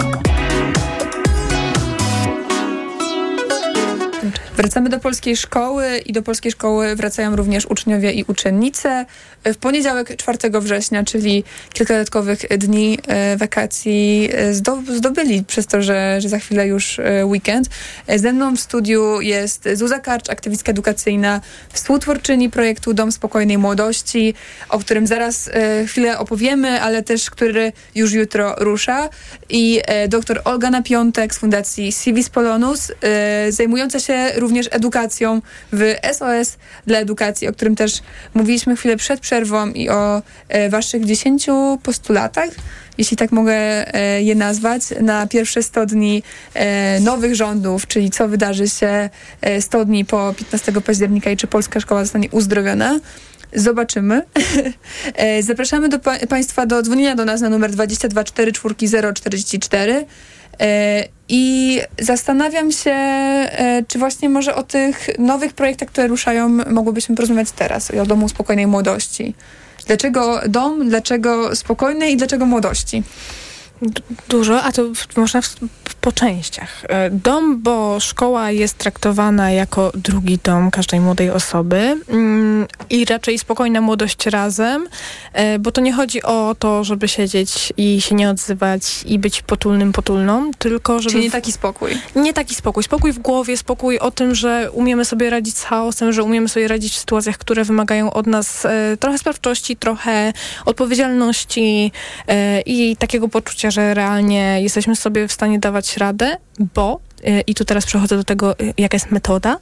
Wracamy do polskiej szkoły i do polskiej szkoły wracają również uczniowie i uczennice. W poniedziałek czwartego września, czyli kilka dodatkowych dni wakacji zdobyli przez to, że, że za chwilę już weekend. Ze mną w studiu jest Zuza Karcz, aktywistka edukacyjna, współtwórczyni projektu Dom Spokojnej Młodości, o którym zaraz chwilę opowiemy, ale też który już jutro rusza. I doktor Olga Napiątek z Fundacji Civis Polonus, zajmująca się również edukacją w S O S dla edukacji, o którym też mówiliśmy chwilę przed przerwą i o e, waszych dziesięciu postulatach, jeśli tak mogę e, je nazwać, na pierwsze sto dni e, nowych rządów, czyli co wydarzy się e, sto dni po piętnastego października i czy polska szkoła zostanie uzdrowiona. Zobaczymy. Zapraszamy do pa- Państwa do dzwonienia do nas na numer dwadzieścia dwa cztery cztery zero czterdzieści cztery. I zastanawiam się, czy właśnie może o tych nowych projektach, które ruszają, mogłybyśmy porozmawiać teraz, o Domu Spokojnej Młodości. Dlaczego dom, dlaczego spokojnej i dlaczego młodości? Dużo, a to można w, po częściach. Dom, bo szkoła jest traktowana jako drugi dom każdej młodej osoby mm, i raczej spokojna młodość razem, e, bo to nie chodzi o to, żeby siedzieć i się nie odzywać i być potulnym potulną, tylko żeby... Czyli nie taki spokój. Nie taki spokój. Spokój w głowie, spokój o tym, że umiemy sobie radzić z chaosem, że umiemy sobie radzić w sytuacjach, które wymagają od nas e, trochę sprawczości, trochę odpowiedzialności e, i takiego poczucia, że realnie jesteśmy sobie w stanie dawać radę, bo, i tu teraz przechodzę do tego, jaka jest metoda,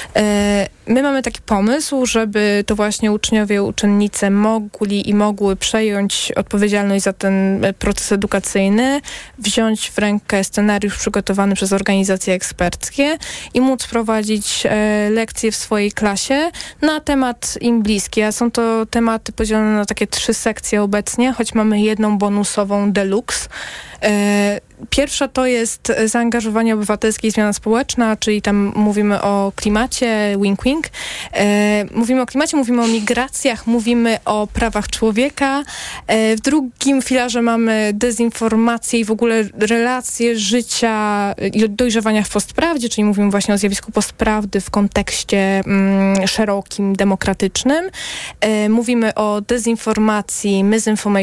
my mamy taki pomysł, żeby to właśnie uczniowie, uczennice mogli i mogły przejąć odpowiedzialność za ten proces edukacyjny, wziąć w rękę scenariusz przygotowany przez organizacje eksperckie i móc prowadzić lekcje w swojej klasie na temat im bliski. A są to tematy podzielone na takie trzy sekcje obecnie, choć mamy jedną bonusową deluxe. Pierwsza to jest zaangażowanie obywatelskie i zmiana społeczna, czyli tam mówimy o klimacie, wink wink. E, mówimy o klimacie, mówimy o migracjach, mówimy o prawach człowieka. E, w drugim filarze mamy dezinformację i w ogóle relacje życia i dojrzewania w postprawdzie, czyli mówimy właśnie o zjawisku postprawdy w kontekście mm, szerokim, demokratycznym. E, mówimy o dezinformacji,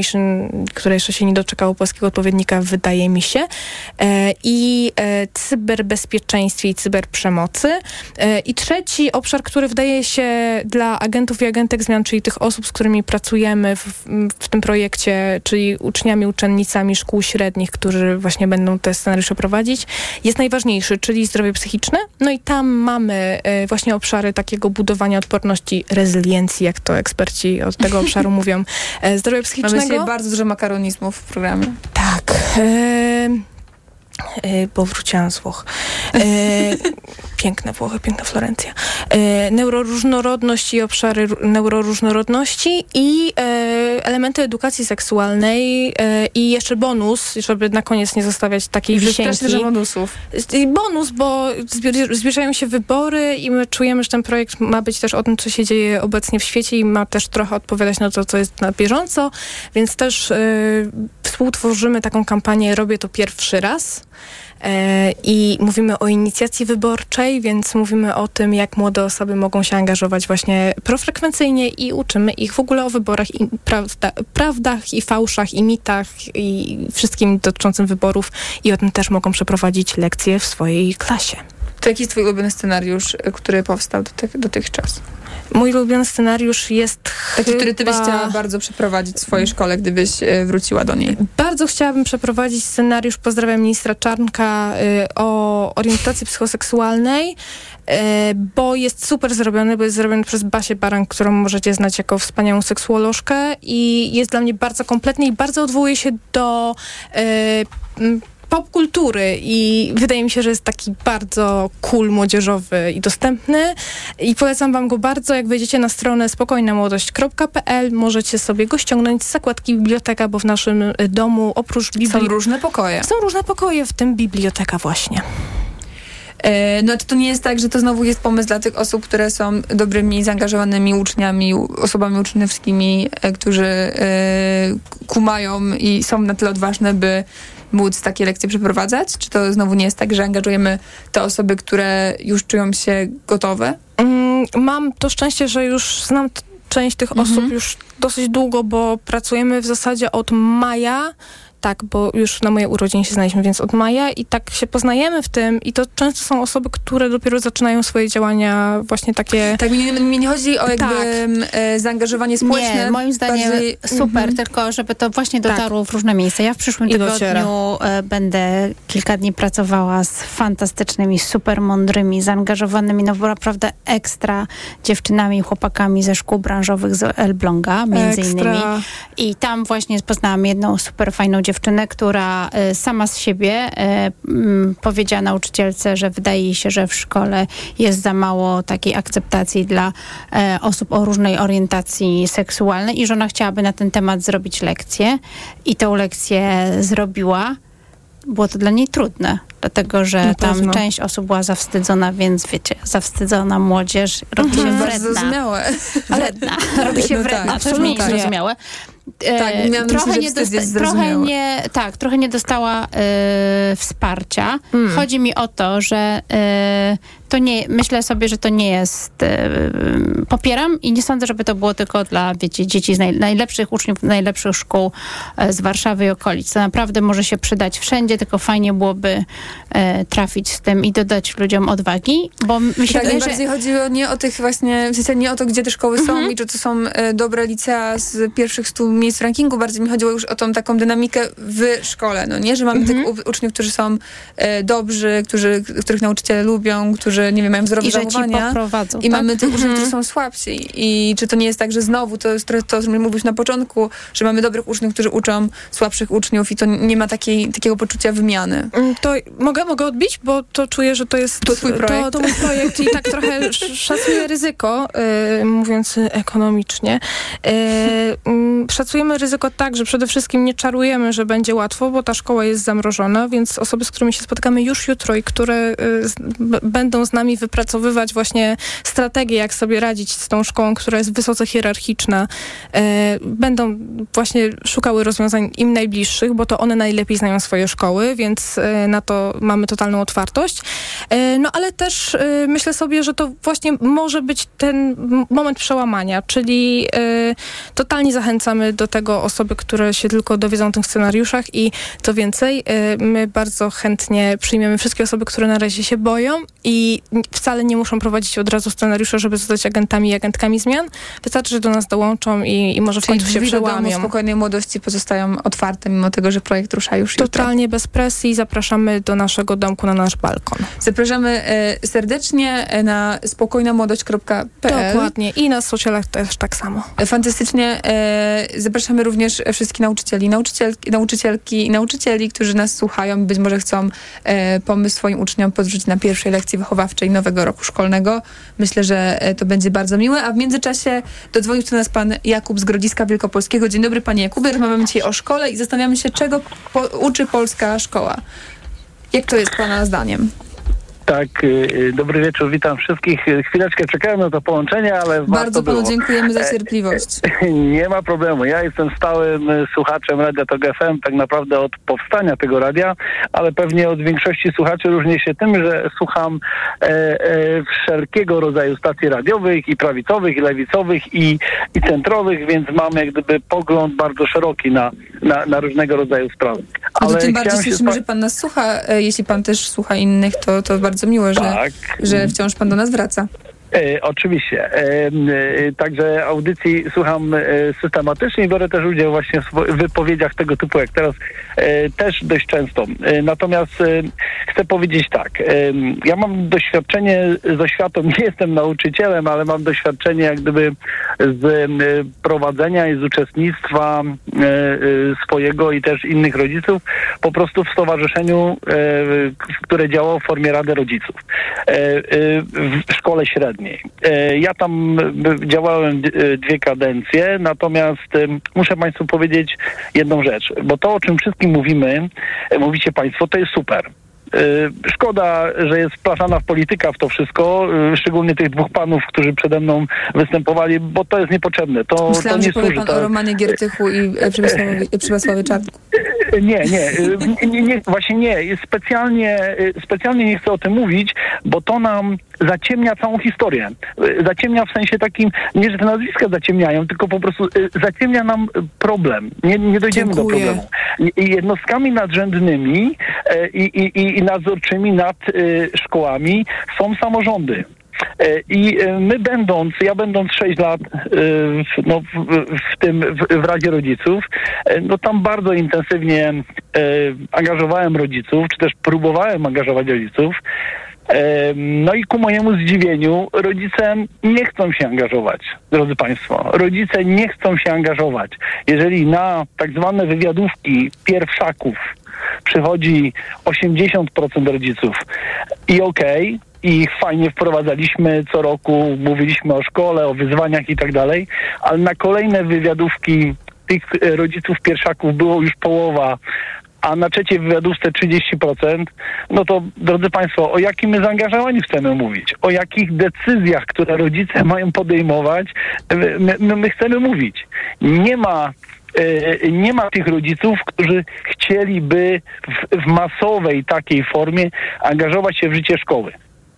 misinformation, które jeszcze się nie doczekało polskiego odpowiednika, wydaje mi się. I e, cyber cyberbezpieczeństwie i cyberprzemocy. I trzeci obszar, który wydaje się dla agentów i agentek zmian, czyli tych osób, z którymi pracujemy w, w tym projekcie, czyli uczniami, uczennicami szkół średnich, którzy właśnie będą te scenariusze prowadzić, jest najważniejszy, czyli zdrowie psychiczne. No i tam mamy właśnie obszary takiego budowania odporności, rezyliencji, jak to eksperci od tego obszaru mówią, zdrowia psychicznego. Mamy dzisiaj bardzo dużo makaronizmów w programie. Tak. E- e- bo wróciłam z Włoch. E- piękne Włochy, piękna Florencja. E- neuroróżnorodność i obszary r- neuroróżnorodności i e- elementy edukacji seksualnej e- i jeszcze bonus, żeby na koniec nie zostawiać takiej wisienki. Dużo bonusów. I bonus, bo zbier- zbliżają się wybory i my czujemy, że ten projekt ma być też o tym, co się dzieje obecnie w świecie i ma też trochę odpowiadać na to, co jest na bieżąco, więc też y, współtworzymy taką kampanię Robię to pierwszy raz. I mówimy o inicjacji wyborczej, więc mówimy o tym, jak młode osoby mogą się angażować właśnie profrekwencyjnie i uczymy ich w ogóle o wyborach, i prawda, prawdach i fałszach i mitach i wszystkim dotyczącym wyborów i o tym też mogą przeprowadzić lekcje w swojej klasie. To jaki jest twój ulubiony scenariusz, który powstał dotych, dotychczas? Mój ulubiony scenariusz jest Taki, chyba... który ty byś chciała bardzo przeprowadzić w swojej szkole, gdybyś wróciła do niej. Bardzo chciałabym przeprowadzić scenariusz, pozdrawiam ministra Czarnka, y, o orientacji psychoseksualnej, y, bo jest super zrobiony, bo jest zrobiony przez Basię Baran, którą możecie znać jako wspaniałą seksuolożkę i jest dla mnie bardzo kompletny i bardzo odwołuje się do y, popkultury i wydaje mi się, że jest taki bardzo cool, młodzieżowy i dostępny i polecam wam go bardzo. Jak wejdziecie na stronę spokojna młodość kropka p l, możecie sobie go ściągnąć z zakładki biblioteka, bo w naszym domu oprócz biblii... Są różne pokoje. Są różne pokoje, w tym biblioteka właśnie. No to, to nie jest tak, że to znowu jest pomysł dla tych osób, które są dobrymi, zaangażowanymi uczniami, osobami uczniowskimi, którzy y, kumają i są na tyle odważne, by móc takie lekcje przeprowadzać? Czy to znowu nie jest tak, że angażujemy te osoby, które już czują się gotowe? Mm, mam to szczęście, że już znam t- część tych mhm. osób już dosyć długo, bo pracujemy w zasadzie od maja. Tak, bo już na moje urodziny się znaliśmy, więc od maja i tak się poznajemy w tym i to często są osoby, które dopiero zaczynają swoje działania właśnie takie... Tak, mi, mi nie chodzi o jakby tak. e, zaangażowanie społeczne. Nie, moim zdaniem bardziej... super, mm-hmm. tylko żeby to właśnie dotarło tak. w różne miejsca. Ja w przyszłym I tygodniu e, będę kilka dni pracowała z fantastycznymi, super mądrymi, zaangażowanymi, no naprawdę ekstra dziewczynami i chłopakami ze szkół branżowych z Elbląga, między ekstra. innymi. I tam właśnie poznałam jedną super fajną dziewczynę, która y, sama z siebie y, y, powiedziała nauczycielce, że wydaje jej się, że w szkole jest za mało takiej akceptacji dla y, osób o różnej orientacji seksualnej i że ona chciałaby na ten temat zrobić lekcję i tą lekcję zrobiła. Było to dla niej trudne, dlatego że na tam pewno. Część osób była zawstydzona, więc wiecie, zawstydzona młodzież robi się wredna. Bardzo zrozumiałe. Wredna. Robi się no wredna, tak, to już mniej tak. zrozumiałe. Tak, e, trochę, nie dosta- trochę nie tak, trochę nie dostała e, wsparcia. Mm. Chodzi mi o to, że e, to nie, myślę sobie, że to nie jest e, popieram i nie sądzę, żeby to było tylko dla, wiecie, dzieci z naj, najlepszych uczniów, najlepszych szkół e, z Warszawy i okolic. To naprawdę może się przydać wszędzie, tylko fajnie byłoby e, trafić z tym i dodać ludziom odwagi, bo mi się tak, wydaje, najbardziej że... chodzi o, nie o tych właśnie, w sensie nie o to, gdzie te szkoły są mm-hmm. i czy to są e, dobre licea z pierwszych stu miejsc w rankingu, bardziej mi chodziło już o tą taką dynamikę w szkole, no nie? Że mamy mm-hmm. tych u- uczniów, którzy są e, dobrzy, którzy, których nauczyciele lubią, którzy, nie wiem, mają zdrowe I zachowania. I tak? mamy tych mm-hmm. uczniów, którzy są słabsi. I czy to nie jest tak, że znowu, to jest to, o czym mówiłeś na początku, że mamy dobrych uczniów, którzy uczą słabszych uczniów i to nie ma takiej, takiego poczucia wymiany. To mogę, mogę odbić, bo to czuję, że to jest to twój projekt. To, to mój projekt i tak trochę szacuję ryzyko, yy, mówiąc ekonomicznie. Yy, szacujemy ryzyko tak, że przede wszystkim nie czarujemy, że będzie łatwo, bo ta szkoła jest zamrożona, więc osoby, z którymi się spotykamy już jutro i które y, z, b, będą z nami wypracowywać właśnie strategię, jak sobie radzić z tą szkołą, która jest wysoce hierarchiczna, y, będą właśnie szukały rozwiązań im najbliższych, bo to one najlepiej znają swoje szkoły, więc y, na to mamy totalną otwartość. No ale też myślę sobie, że to właśnie może być ten moment przełamania, czyli totalnie zachęcamy do tego osoby, które się tylko dowiedzą o tych scenariuszach i co więcej, my bardzo chętnie przyjmiemy wszystkie osoby, które na razie się boją i wcale nie muszą prowadzić od razu scenariusza, żeby zostać agentami i agentkami zmian. Wystarczy, że do nas dołączą i, i może w końcu się przełamią. Domu spokojnej młodości pozostają otwarte, mimo tego, że projekt rusza już jutro. Totalnie bez presji. Zapraszamy do naszego domku na nasz balkon. Zapraszamy e, serdecznie na spokojna młodość kropka p l. Dokładnie. I na socialach też tak samo. Fantastycznie. E, zapraszamy również wszystkich nauczycieli, nauczycielki, nauczycielki i nauczycieli, którzy nas słuchają, być może chcą e, pomysł swoim uczniom podrzucić na pierwszej lekcji wychowawczej nowego roku szkolnego. Myślę, że e, to będzie bardzo miłe. A w międzyczasie dodzwonił do nas pan Jakub z Grodziska Wielkopolskiego. Dzień dobry, panie Jakubie. Rozmawiamy dzisiaj o szkole i zastanawiamy się, czego po, uczy polska szkoła. Jak to jest pana zdaniem? Tak, y, dobry wieczór, witam wszystkich. Chwileczkę czekałem na to połączenie, ale bardzo panu było. dziękujemy za cierpliwość. Nie ma problemu. Ja jestem stałym słuchaczem Radia Tok F M, tak naprawdę od powstania tego radia, ale pewnie od większości słuchaczy różnię się tym, że słucham e, e, wszelkiego rodzaju stacji radiowych i prawicowych, i lewicowych, i, i centrowych, więc mam jak gdyby pogląd bardzo szeroki na, na, na różnego rodzaju sprawy. Ale no to tym bardziej się cieszymy, spa- że pan nas słucha. Jeśli pan też słucha innych, to, to bardzo miło, że, tak. że wciąż pan do nas wraca. E, oczywiście. E, e, także audycji słucham e, systematycznie i biorę też udział właśnie w wypowiedziach tego typu, jak teraz, e, też dość często. E, natomiast e, chcę powiedzieć tak. E, ja mam doświadczenie z oświatą, nie jestem nauczycielem, ale mam doświadczenie jak gdyby z e, prowadzenia i z uczestnictwa e, e, swojego i też innych rodziców po prostu w stowarzyszeniu, e, które działało w formie Rady Rodziców. E, e, w szkole średniej. Ja tam działałem dwie kadencje, natomiast muszę państwu powiedzieć jedną rzecz, bo to, o czym wszystkim mówimy, mówicie państwo, to jest super. Szkoda, że jest wplątana w polityka w to wszystko, szczególnie tych dwóch panów, którzy przede mną występowali, bo to jest niepotrzebne. To, Myślałam, to nie że powie służy, pan to... o Romanie Giertychu i Przemysławie Czarnku. Nie, nie, nie, nie, właśnie nie. Specjalnie, specjalnie nie chcę o tym mówić, bo to nam zaciemnia całą historię. Zaciemnia w sensie takim, nie, że te nazwiska zaciemniają, tylko po prostu zaciemnia nam problem. Nie, nie dojdziemy Dziękuję. do problemu. Jednostkami nadrzędnymi i, i, i nadzorczymi nad szkołami są samorządy. I my będąc, ja będąc sześć lat w, no, w, w tym, w, w Radzie Rodziców, no tam bardzo intensywnie angażowałem rodziców, czy też próbowałem angażować rodziców. No i ku mojemu zdziwieniu rodzice nie chcą się angażować, drodzy państwo. Rodzice nie chcą się angażować. Jeżeli na tak zwane wywiadówki pierwszaków przychodzi osiemdziesiąt procent rodziców i okej, okay, i fajnie wprowadzaliśmy co roku, mówiliśmy o szkole, o wyzwaniach i tak dalej, ale na kolejne wywiadówki tych rodziców pierwszaków było już połowa, a na trzeciej wywiadówce trzydzieści procent, no to drodzy państwo, o jakim my zaangażowaniu chcemy mówić? O jakich decyzjach, które rodzice mają podejmować, my, my, my chcemy mówić. Nie ma nie ma tych rodziców, którzy chcieliby w, w masowej takiej formie angażować się w życie szkoły.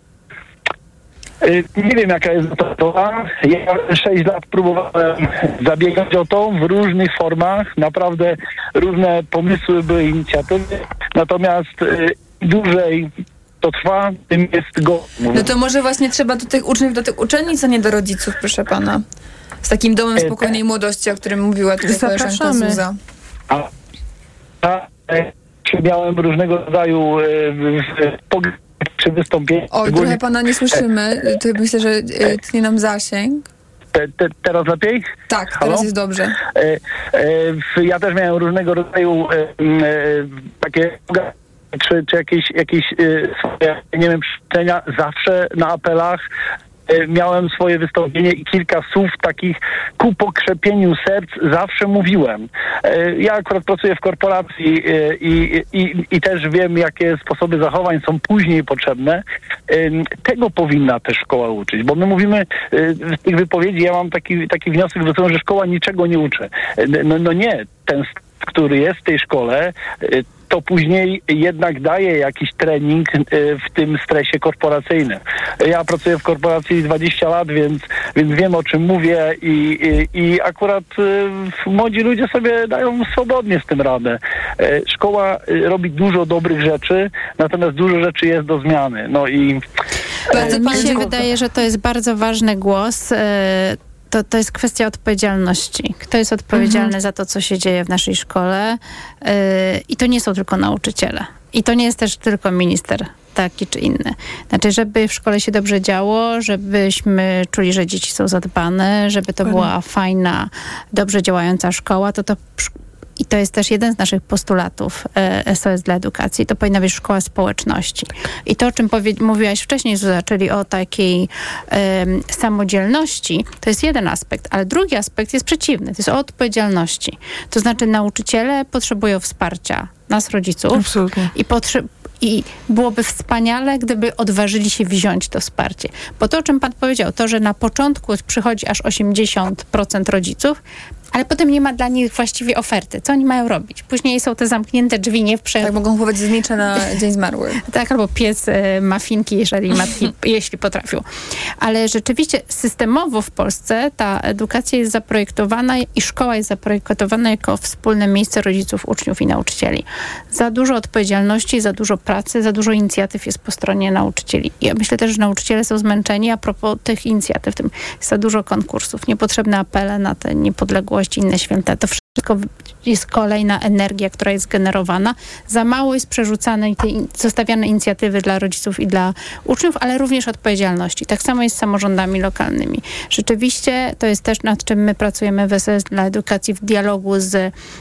Nie wiem, jaka jest metoda. Ja sześć lat próbowałem zabiegać o to w różnych formach. Naprawdę różne pomysły były, inicjatywy. Natomiast y, dłużej to trwa, tym jest go. No to może właśnie trzeba do tych uczniów, do tych uczennic, a nie do rodziców, proszę pana. Z takim domem spokojnej młodości, o którym mówiła tutaj koleżanka Zuza. A, a czy miałem różnego rodzaju e, czy wystąpienia. Oj, trochę pana nie słyszymy. To myślę, że tnie nam zasięg. Te, te, teraz lepiej? Tak, Halo? teraz jest dobrze. E, e, ja też miałem różnego rodzaju e, e, takie czy, czy jakieś, jakieś e, swoje, nie wiem, przyczenia zawsze na apelach. Miałem swoje wystąpienie i kilka słów takich ku pokrzepieniu serc zawsze mówiłem. Ja akurat pracuję w korporacji i, i, i też wiem, jakie sposoby zachowań są później potrzebne. Tego powinna też szkoła uczyć, bo my mówimy w tych wypowiedzi, ja mam taki, taki wniosek, że szkoła niczego nie uczy. No, no nie, ten, który jest w tej szkole, to później jednak daje jakiś trening w tym stresie korporacyjnym. Ja pracuję w korporacji dwadzieścia lat, więc, więc wiem, o czym mówię i, i, i akurat młodzi ludzie sobie dają swobodnie z tym radę. Szkoła robi dużo dobrych rzeczy, natomiast dużo rzeczy jest do zmiany. No i Ale mi się wydaje, że to jest bardzo ważny głos. To, to jest kwestia odpowiedzialności. Kto jest odpowiedzialny mhm. za to, co się dzieje w naszej szkole? Yy, I to nie są tylko nauczyciele. I to nie jest też tylko minister taki czy inny. Znaczy, żeby w szkole się dobrze działo, żebyśmy czuli, że dzieci są zadbane, żeby to była fajna, dobrze działająca szkoła, to to i to jest też jeden z naszych postulatów e, S O S dla edukacji. To powinna być szkoła społeczności. I to, o czym powie- mówiłaś wcześniej, Zuza, czyli o takiej e, samodzielności, to jest jeden aspekt, ale drugi aspekt jest przeciwny. To jest o odpowiedzialności. To znaczy nauczyciele potrzebują wsparcia nas, rodziców. Absolutnie. I potrze- I byłoby wspaniale, gdyby odważyli się wziąć to wsparcie. Bo to, o czym pan powiedział, to, że na początku przychodzi aż osiemdziesiąt procent rodziców, ale potem nie ma dla nich właściwie oferty. Co oni mają robić? Później są te zamknięte drzwi, nie w prze... Tak, mogą kupować znicze na Dzień Zmarłych. Tak, albo piec y, mafinki, jeżeli matki, jeśli potrafią. Ale rzeczywiście systemowo w Polsce ta edukacja jest zaprojektowana i szkoła jest zaprojektowana jako wspólne miejsce rodziców, uczniów i nauczycieli. Za dużo odpowiedzialności, za dużo pracy, za dużo inicjatyw jest po stronie nauczycieli. Ja myślę też, że nauczyciele są zmęczeni a propos tych inicjatyw. Tym jest za dużo konkursów, niepotrzebne apele na te niepodległości, inne święta. To wszystko jest kolejna energia, która jest generowana. Za mało jest przerzucane i te in- zostawiane inicjatywy dla rodziców i dla uczniów, ale również odpowiedzialności. Tak samo jest z samorządami lokalnymi. Rzeczywiście to jest też, nad czym my pracujemy w S O S dla edukacji w dialogu z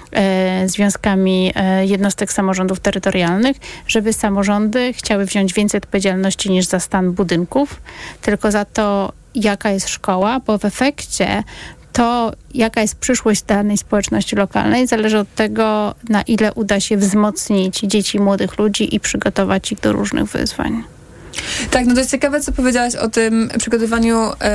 e, związkami e, jednostek samorządów terytorialnych, żeby samorządy chciały wziąć więcej odpowiedzialności niż za stan budynków, tylko za to, jaka jest szkoła, bo w efekcie to, jaka jest przyszłość danej społeczności lokalnej, zależy od tego, na ile uda się wzmocnić dzieci i młodych ludzi i przygotować ich do różnych wyzwań. Tak, no to jest ciekawe, co powiedziałaś o tym przygotowaniu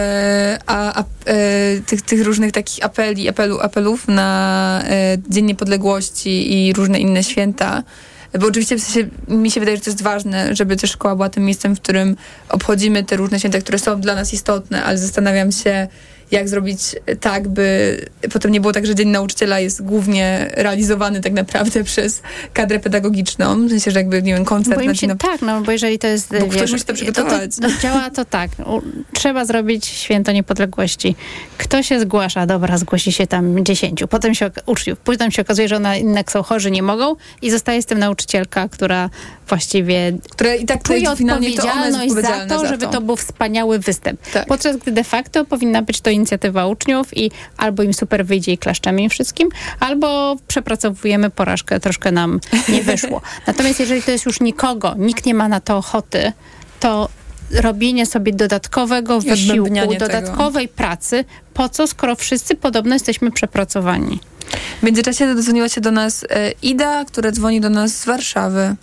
e, a, a, e, tych, tych różnych takich apeli, apelu, apelów na e, Dzień Niepodległości i różne inne święta. Bo oczywiście w sensie, mi się wydaje, że to jest ważne, żeby też szkoła była tym miejscem, w którym obchodzimy te różne święta, które są dla nas istotne, ale zastanawiam się, jak zrobić tak, by potem nie było tak, że Dzień Nauczyciela jest głównie realizowany tak naprawdę przez kadrę pedagogiczną. W sensie, że jakby, nie wiem, koncert... Boję się, na... tak, no bo jeżeli to jest... Bo wiesz, ktoś musi to przygotować. To, to, to działa to tak. Trzeba zrobić Święto Niepodległości. Kto się zgłasza? Dobra, zgłosi się tam dziesięciu. Potem się uczniów. Potem się okazuje, że ona jednak są chorzy, nie mogą i zostaje z tym nauczycielka, która właściwie która i tak czuje odpowiedzialność to za to, żeby to. to był wspaniały występ. Tak. Podczas gdy de facto powinna być to inicjatywa uczniów i albo im super wyjdzie i klaszczemy im wszystkim, albo przepracowujemy porażkę, troszkę nam nie wyszło. Natomiast jeżeli to jest już nikogo, nikt nie ma na to ochoty, to robienie sobie dodatkowego wysiłku, dodatkowej tego. pracy, po co, skoro wszyscy podobno jesteśmy przepracowani. W międzyczasie dodzwoniła się do nas e, Ida, która dzwoni do nas z Warszawy.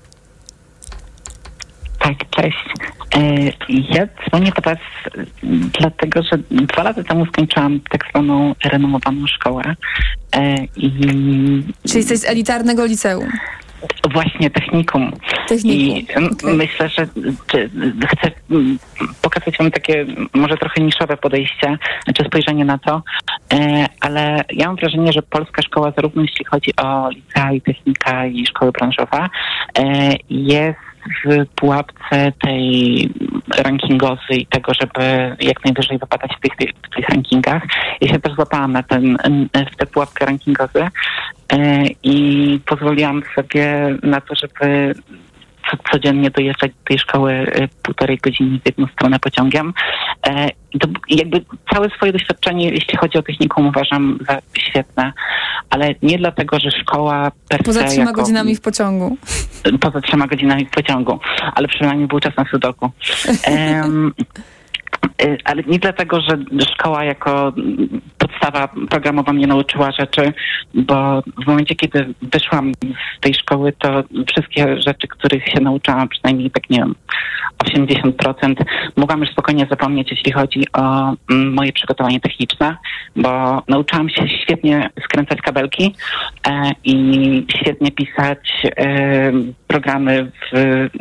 Tak, cześć. Ja dzwonię do was dlatego, że dwa lata temu skończyłam tak zwaną renomowaną szkołę. I... Czyli jesteś z elitarnego liceum? Właśnie, technikum. Technikum. I okay. myślę, że chcę pokazać wam takie może trochę niszowe podejście, czy spojrzenie na to, ale ja mam wrażenie, że polska szkoła, zarówno jeśli chodzi o licea i technika i szkoły branżowe, jest w pułapce tej rankingozy i tego, żeby jak najwyżej wypadać w tych, w tych rankingach. Ja się też złapałam na ten, w tę pułapkę rankingozy i pozwoliłam sobie na to, żeby codziennie dojeżdżać do tej szkoły półtorej godziny w jedną stronę pociągiem. I to jakby całe swoje doświadczenie, jeśli chodzi o technikum, uważam za świetne, ale nie dlatego, że szkoła per Poza se trzema jako, godzinami w pociągu. Poza trzema godzinami w pociągu, ale przynajmniej był czas na sudoku. Um, ale nie dlatego, że szkoła jako podstawa programowa mnie nauczyła rzeczy, bo w momencie, kiedy wyszłam z tej szkoły, to wszystkie rzeczy, których się nauczyłam, przynajmniej tak, nie wiem, osiemdziesiąt procent mogłam już spokojnie zapomnieć, jeśli chodzi o mm, moje przygotowanie techniczne, bo nauczyłam się świetnie skręcać kabelki e, i świetnie pisać e, programy w,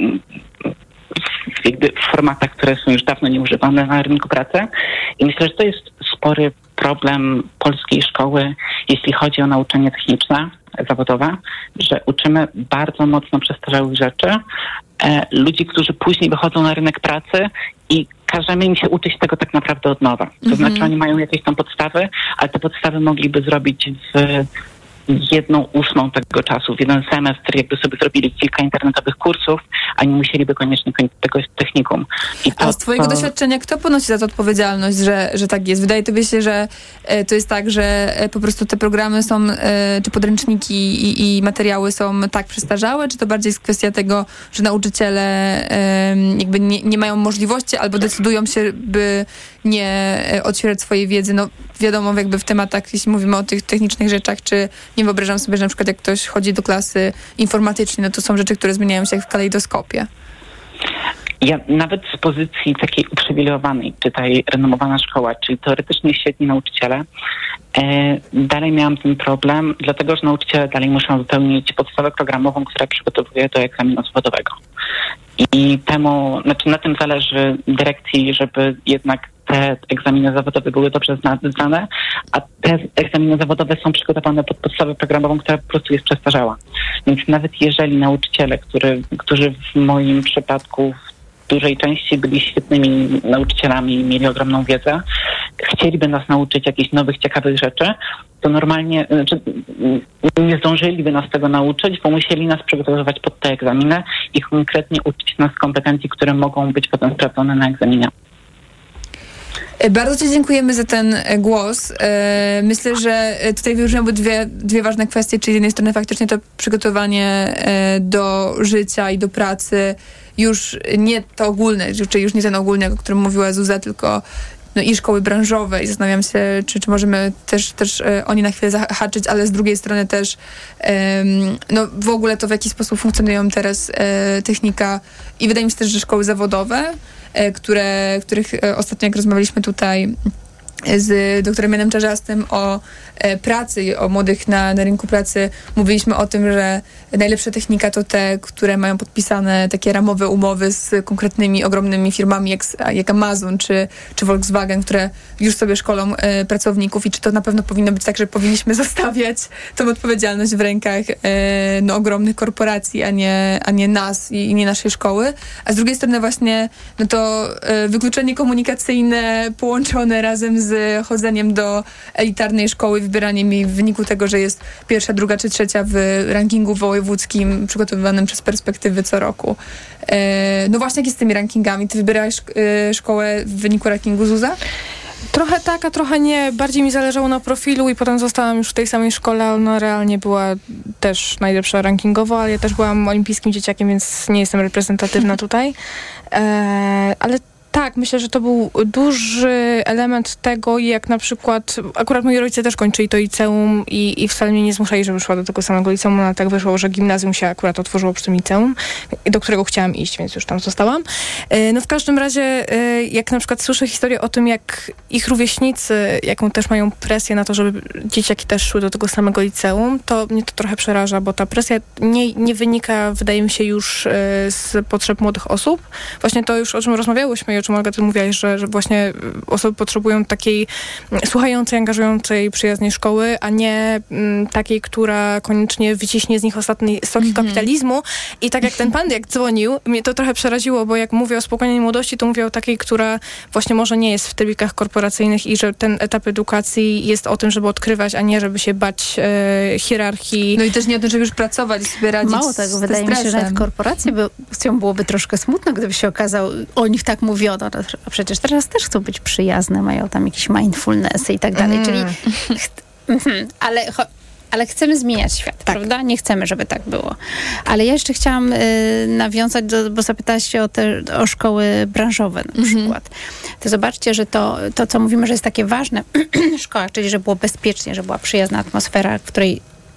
w, jakby w formatach, które są już dawno nieużywane na rynku pracy. I myślę, że to jest spory problem polskiej szkoły, jeśli chodzi o nauczanie techniczne, zawodowe, że uczymy bardzo mocno przestarzałych rzeczy, e, ludzi, którzy później wychodzą na rynek pracy i każemy im się uczyć tego tak naprawdę od nowa. To Mhm. znaczy oni mają jakieś tam podstawy, ale te podstawy mogliby zrobić w jedną ósmą tego czasu, w jeden semestr, jakby sobie zrobili kilka internetowych kursów, a nie musieliby koniecznie kończyć tego technikum. I to, A z twojego to... doświadczenia, kto ponosi za to odpowiedzialność, że, że tak jest? Wydaje tobie się, że e, to jest tak, że e, po prostu te programy są, e, czy podręczniki i, i materiały są tak przestarzałe, czy to bardziej jest kwestia tego, że nauczyciele e, jakby nie, nie mają możliwości albo decydują się, by nie e, otwierać swojej wiedzy? No wiadomo, jakby w tematach, jeśli mówimy o tych technicznych rzeczach, czy nie wyobrażam sobie, że na przykład jak ktoś chodzi do klasy informatycznej, no to są rzeczy, które zmieniają się jak w kalejdoskopie. Ja nawet z pozycji takiej uprzywilejowanej, czytaj renomowana szkoła, czyli teoretycznie świetni nauczyciele, e, dalej miałam ten problem, dlatego że nauczyciele dalej muszą wypełnić podstawę programową, która przygotowuje do egzaminu zawodowego. I temu, znaczy na tym zależy dyrekcji, żeby jednak te egzaminy zawodowe były dobrze znane, a te egzaminy zawodowe są przygotowane pod podstawę programową, która po prostu jest przestarzała. Więc nawet jeżeli nauczyciele, który, którzy w moim przypadku w dużej części byli świetnymi nauczycielami i mieli ogromną wiedzę, chcieliby nas nauczyć jakichś nowych, ciekawych rzeczy, to normalnie znaczy, nie zdążyliby nas tego nauczyć, bo musieli nas przygotowywać pod te egzaminy i konkretnie uczyć nas kompetencji, które mogą być potem sprawdzone na egzaminie. Bardzo ci dziękujemy za ten głos. Myślę, że tutaj wyróżniały dwie, dwie ważne kwestie, czyli z jednej strony faktycznie to przygotowanie do życia i do pracy, już nie to ogólne, czyli już nie ten ogólny, o którym mówiła Zuza, tylko no i szkoły branżowe i zastanawiam się, czy, czy możemy też, też e, o nie na chwilę zahaczyć, ale z drugiej strony też e, no w ogóle to, w jaki sposób funkcjonują teraz e, technika i wydaje mi się też, że szkoły zawodowe, e, które, których e, ostatnio jak rozmawialiśmy tutaj z doktorem Janem Czarzastym o e, pracy, o młodych na, na rynku pracy, mówiliśmy o tym, że najlepsza technika to te, które mają podpisane takie ramowe umowy z konkretnymi, ogromnymi firmami jak, jak Amazon czy, czy Volkswagen, które już sobie szkolą e, pracowników i czy to na pewno powinno być tak, że powinniśmy zostawiać tą odpowiedzialność w rękach e, no, ogromnych korporacji, a nie, a nie nas i, i nie naszej szkoły. A z drugiej strony właśnie no to e, wykluczenie komunikacyjne połączone razem z z chodzeniem do elitarnej szkoły, wybieraniem jej w wyniku tego, że jest pierwsza, druga czy trzecia w rankingu wojewódzkim przygotowywanym przez Perspektywy co roku. E, no właśnie, jak jest z tymi rankingami? Ty wybierałaś e, szkołę w wyniku rankingu, Zuza? Trochę tak, a trochę nie. Bardziej mi zależało na profilu i potem zostałam już w tej samej szkole. Ona realnie była też najlepsza rankingowo, ale ja też byłam olimpijskim dzieciakiem, więc nie jestem reprezentatywna tutaj. E, ale tak, myślę, że to był duży element tego, jak na przykład, akurat moi rodzice też kończyli to liceum i, i wcale mnie nie zmuszali, żebym szła do tego samego liceum, ale tak wyszło, że gimnazjum się akurat otworzyło przy tym liceum, do którego chciałam iść, więc już tam zostałam. No w każdym razie, jak na przykład słyszę historię o tym, jak ich rówieśnicy, jaką też mają presję na to, żeby dzieciaki też szły do tego samego liceum, to mnie to trochę przeraża, bo ta presja nie, nie wynika, wydaje mi się, już z potrzeb młodych osób. Właśnie to już, o czym rozmawiałyśmy, o czym Olga, ty mówiłaś, że, że właśnie osoby potrzebują takiej słuchającej, angażującej, przyjaznej szkoły, a nie m, takiej, która koniecznie wyciśnie z nich ostatni soki mm-hmm. kapitalizmu. I tak jak ten pan, jak dzwonił, mnie to trochę przeraziło, bo jak mówię o spokojnej młodości, to mówię o takiej, która właśnie może nie jest w trybikach korporacyjnych i że ten etap edukacji jest o tym, żeby odkrywać, a nie żeby się bać e, hierarchii. No i też nie o tym, żeby już pracować, sobie radzić. Mało tego, wydaje mi się, że nawet korporacje by, byłoby troszkę smutno, gdyby się okazało, o nich tak mówiono, a przecież teraz też chcą być przyjazne, mają tam jakieś mindfulnessy i tak dalej, mm. czyli ch- ale, cho- ale chcemy zmieniać świat, tak. prawda? Nie chcemy, żeby tak było. Ale ja jeszcze chciałam y, nawiązać, do, bo zapytałaś się o, te, o szkoły branżowe na mm-hmm. przykład. To zobaczcie, że to, to, co mówimy, że jest takie ważne w szkołach, czyli że było bezpiecznie, że była przyjazna atmosfera, w której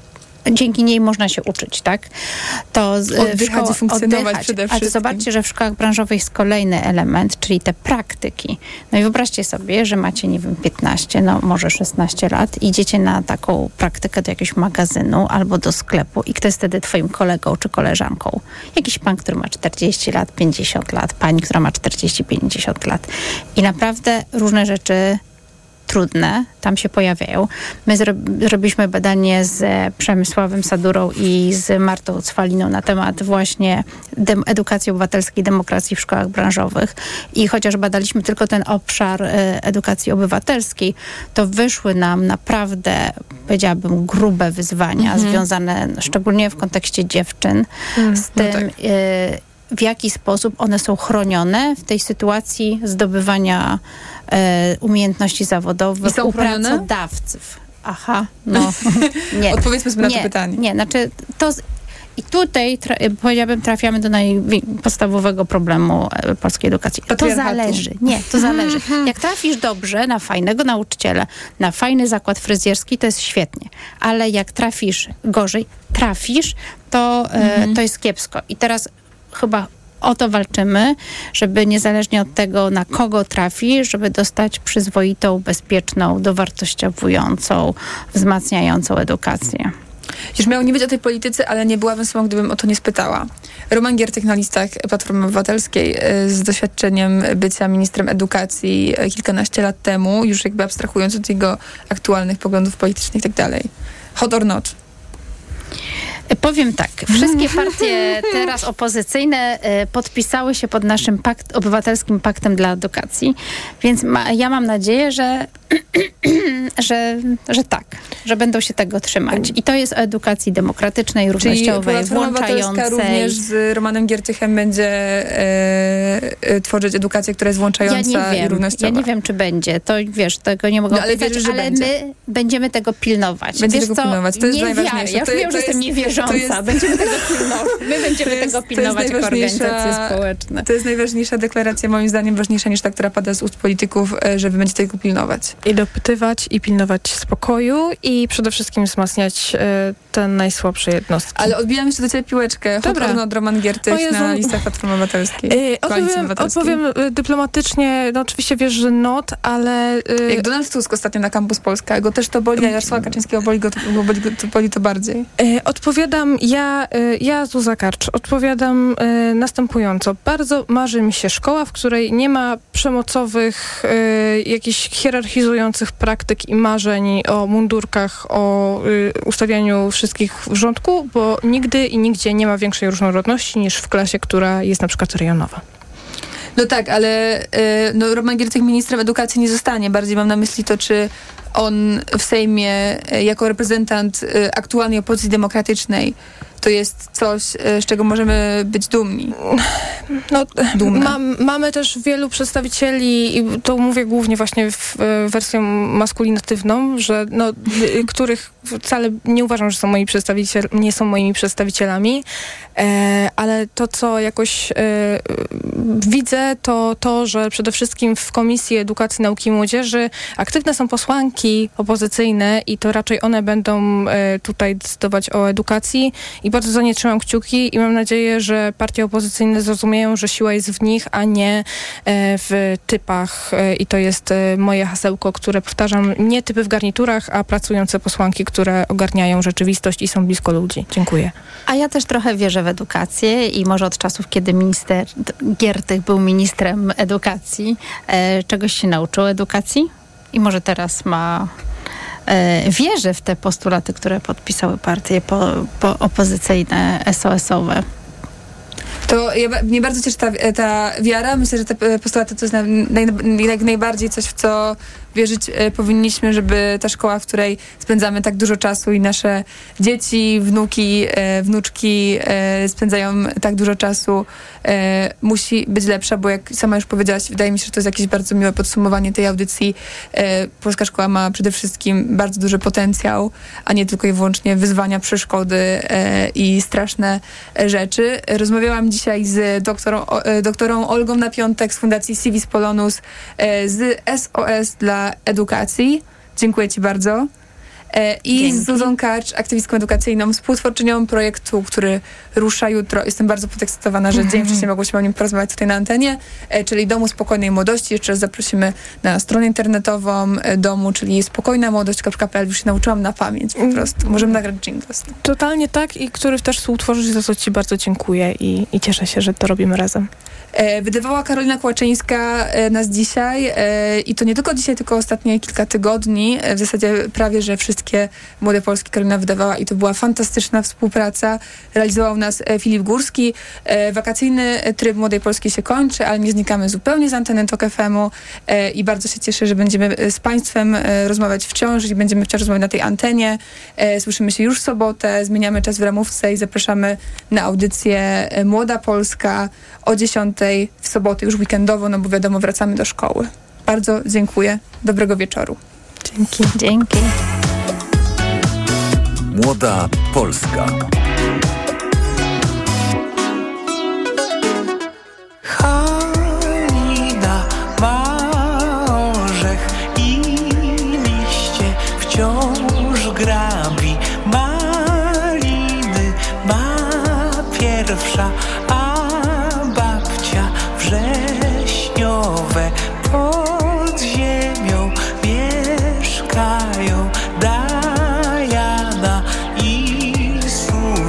dzięki niej można się uczyć, tak? To z, oddychać i funkcjonować oddychać. przede Ale wszystkim. zobaczcie, że w szkołach branżowych jest kolejny element, czyli te praktyki. No i wyobraźcie sobie, że macie, nie wiem, piętnaście, no może szesnaście lat, idziecie na taką praktykę do jakiegoś magazynu albo do sklepu i kto jest wtedy twoim kolegą czy koleżanką? Jakiś pan, który ma czterdzieści lat, pięćdziesiąt lat, pani, która ma czterdzieści pięćdziesiąt lat. I naprawdę różne rzeczy trudne tam się pojawiają. My zro- zrobiliśmy badanie z Przemysławem Sadurą i z Martą Cwaliną na temat właśnie dem- edukacji obywatelskiej, demokracji w szkołach branżowych i chociaż badaliśmy tylko ten obszar y, edukacji obywatelskiej, to wyszły nam naprawdę, powiedziałabym, grube wyzwania mhm. związane szczególnie w kontekście dziewczyn mhm. z tym, no tak. y, w jaki sposób one są chronione w tej sytuacji zdobywania e, umiejętności zawodowych u pracodawców. Aha, no. Nie. Odpowiedzmy sobie na nie, to pytanie. Nie, znaczy to... Z, I tutaj, tra- powiedziałabym, trafiamy do najpodstawowego problemu e, polskiej edukacji. To zależy. Nie, to zależy. Jak trafisz dobrze na fajnego nauczyciela, na fajny zakład fryzjerski, to jest świetnie. Ale jak trafisz gorzej, trafisz, to, e, mhm. to jest kiepsko. I teraz chyba o to walczymy, żeby niezależnie od tego, na kogo trafi, żeby dostać przyzwoitą, bezpieczną, dowartościowującą, wzmacniającą edukację. Już miało nie być o tej polityce, ale nie byłabym sobą, gdybym o to nie spytała. Roman Giertych na listach Platformy Obywatelskiej z doświadczeniem bycia ministrem edukacji kilkanaście lat temu, już jakby abstrahując od jego aktualnych poglądów politycznych i tak dalej. Hot or not? Powiem tak, wszystkie partie teraz opozycyjne y, podpisały się pod naszym pakt, obywatelskim paktem dla edukacji, więc ma, ja mam nadzieję, że, że, że tak, że będą się tego trzymać. I to jest o edukacji demokratycznej, równościowej, Czyli włączającej. Również z Romanem Giertychem będzie e, e, tworzyć edukację, która jest włączająca ja nie wiem, i równościowa. Ja nie wiem, czy będzie. To wiesz, tego nie mogę no, ale obiecać, wierzysz, że ale będzie. my będziemy tego pilnować. Będzie wiesz tego co? pilnować. To jest nie najważniejsze. Ja, ja to, wiem, to że jest, jestem niewierząca. jest, będziemy tego pilnować. My będziemy jest, tego pilnować jako organizacje społeczne. To jest najważniejsza deklaracja, moim zdaniem, ważniejsza niż ta, która pada z ust polityków, że wy będziecie tego pilnować. I dopytywać, i pilnować spokoju, i przede wszystkim wzmacniać y, te najsłabsze jednostki. Ale odbijam jeszcze do ciebie piłeczkę. Dobra. Hodor od Roman Giertych na listach Platformy Obywatelskiej. Yy, odpowiem, odpowiem y, dyplomatycznie, no oczywiście wiesz, że not, ale... Y, Jak Donald Tusk ostatnio na Campus Polska, go też to boli, a Jarosława Kaczyńskiego boli, go to, boli, to, boli to bardziej. Y, odpowiadam, ja, y, ja Zuza Karcz, odpowiadam y, następująco. Bardzo marzy mi się szkoła, w której nie ma przemocowych, y, jakichś hierarchizujących praktyk i marzeń o mundurkach, o y, ustawianiu wszystkich w rządku, bo nigdy i nigdzie nie ma większej różnorodności niż w klasie, która jest na przykład rejonowa. No tak, ale y, no, Roman Giertych ministrem edukacji nie zostanie. Bardziej mam na myśli to, czy on w Sejmie y, jako reprezentant y, aktualnej opozycji demokratycznej to jest coś, z czego możemy być dumni. No, ma, mamy też wielu przedstawicieli, i to mówię głównie właśnie w, w wersją maskulinatywną, że no, których wcale nie uważam, że są moi przedstawiciel, nie są moimi przedstawicielami, e, ale to, co jakoś e, widzę, to to, że przede wszystkim w Komisji Edukacji, Nauki i Młodzieży aktywne są posłanki opozycyjne i to raczej one będą e, tutaj decydować o edukacji i bardzo za nie trzymam kciuki i mam nadzieję, że partie opozycyjne zrozumieją, że siła jest w nich, a nie w typach. I to jest moje hasełko, które powtarzam, nie typy w garniturach, a pracujące posłanki, które ogarniają rzeczywistość i są blisko ludzi. Dziękuję. A ja też trochę wierzę w edukację i może od czasów, kiedy minister Giertych był ministrem edukacji, czegoś się nauczył edukacji i może teraz ma... wierzę w te postulaty, które podpisały partie po, po opozycyjne, es o esowe. To ja, mnie bardzo cieszy ta, ta wiara. Myślę, że te postulaty to jest naj, naj, najbardziej coś, w co wierzyć e, powinniśmy, żeby ta szkoła, w której spędzamy tak dużo czasu i nasze dzieci, wnuki, e, wnuczki e, spędzają tak dużo czasu, e, musi być lepsza, bo jak sama już powiedziałaś, wydaje mi się, że to jest jakieś bardzo miłe podsumowanie tej audycji. E, polska szkoła ma przede wszystkim bardzo duży potencjał, a nie tylko i wyłącznie wyzwania, przeszkody e, i straszne rzeczy. Rozmawiałam dzisiaj z doktorą, o, doktorą Olgą na Piątek z Fundacji Civis Polonus, e, z S O S dla edukacji. Dziękuję ci bardzo. I Dzięki. z Zuzą Karcz, aktywistką edukacyjną, współtwórczynią projektu, który rusza jutro. Jestem bardzo podekscytowana, że dzień wcześniej mogłyśmy o nim porozmawiać tutaj na antenie, czyli Domu Spokojnej Młodości. Jeszcze raz zaprosimy na stronę internetową domu, czyli spokojna młodość kropka p l. Już się nauczyłam na pamięć po prostu. Możemy nagrać jingle. Totalnie tak i który też współtworzysz, za co ci bardzo dziękuję i, i cieszę się, że to robimy razem. Wydawała Karolina Kłaczyńska nas dzisiaj i to nie tylko dzisiaj, tylko ostatnie kilka tygodni. W zasadzie prawie, że wszystkie Młode Polskie Karolina wydawała i to była fantastyczna współpraca. Realizował nas Filip Górski. Wakacyjny tryb Młodej Polski się kończy, ale nie znikamy zupełnie z anteny Tok F M u i bardzo się cieszę, że będziemy z Państwem rozmawiać wciąż i będziemy wciąż rozmawiać na tej antenie. Słyszymy się już w sobotę, zmieniamy czas w ramówce i zapraszamy na audycję Młoda Polska o dziesiątej w sobotę, już weekendowo, no bo wiadomo, wracamy do szkoły. Bardzo dziękuję. Dobrego wieczoru. Dzięki. Dzięki. Młoda Polska. Halina ma orzech i liście wciąż grabi. Maliny ma pierwsza, wrześniowe pod ziemią mieszkają Diana i Sue.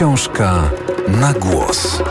Książka na głos.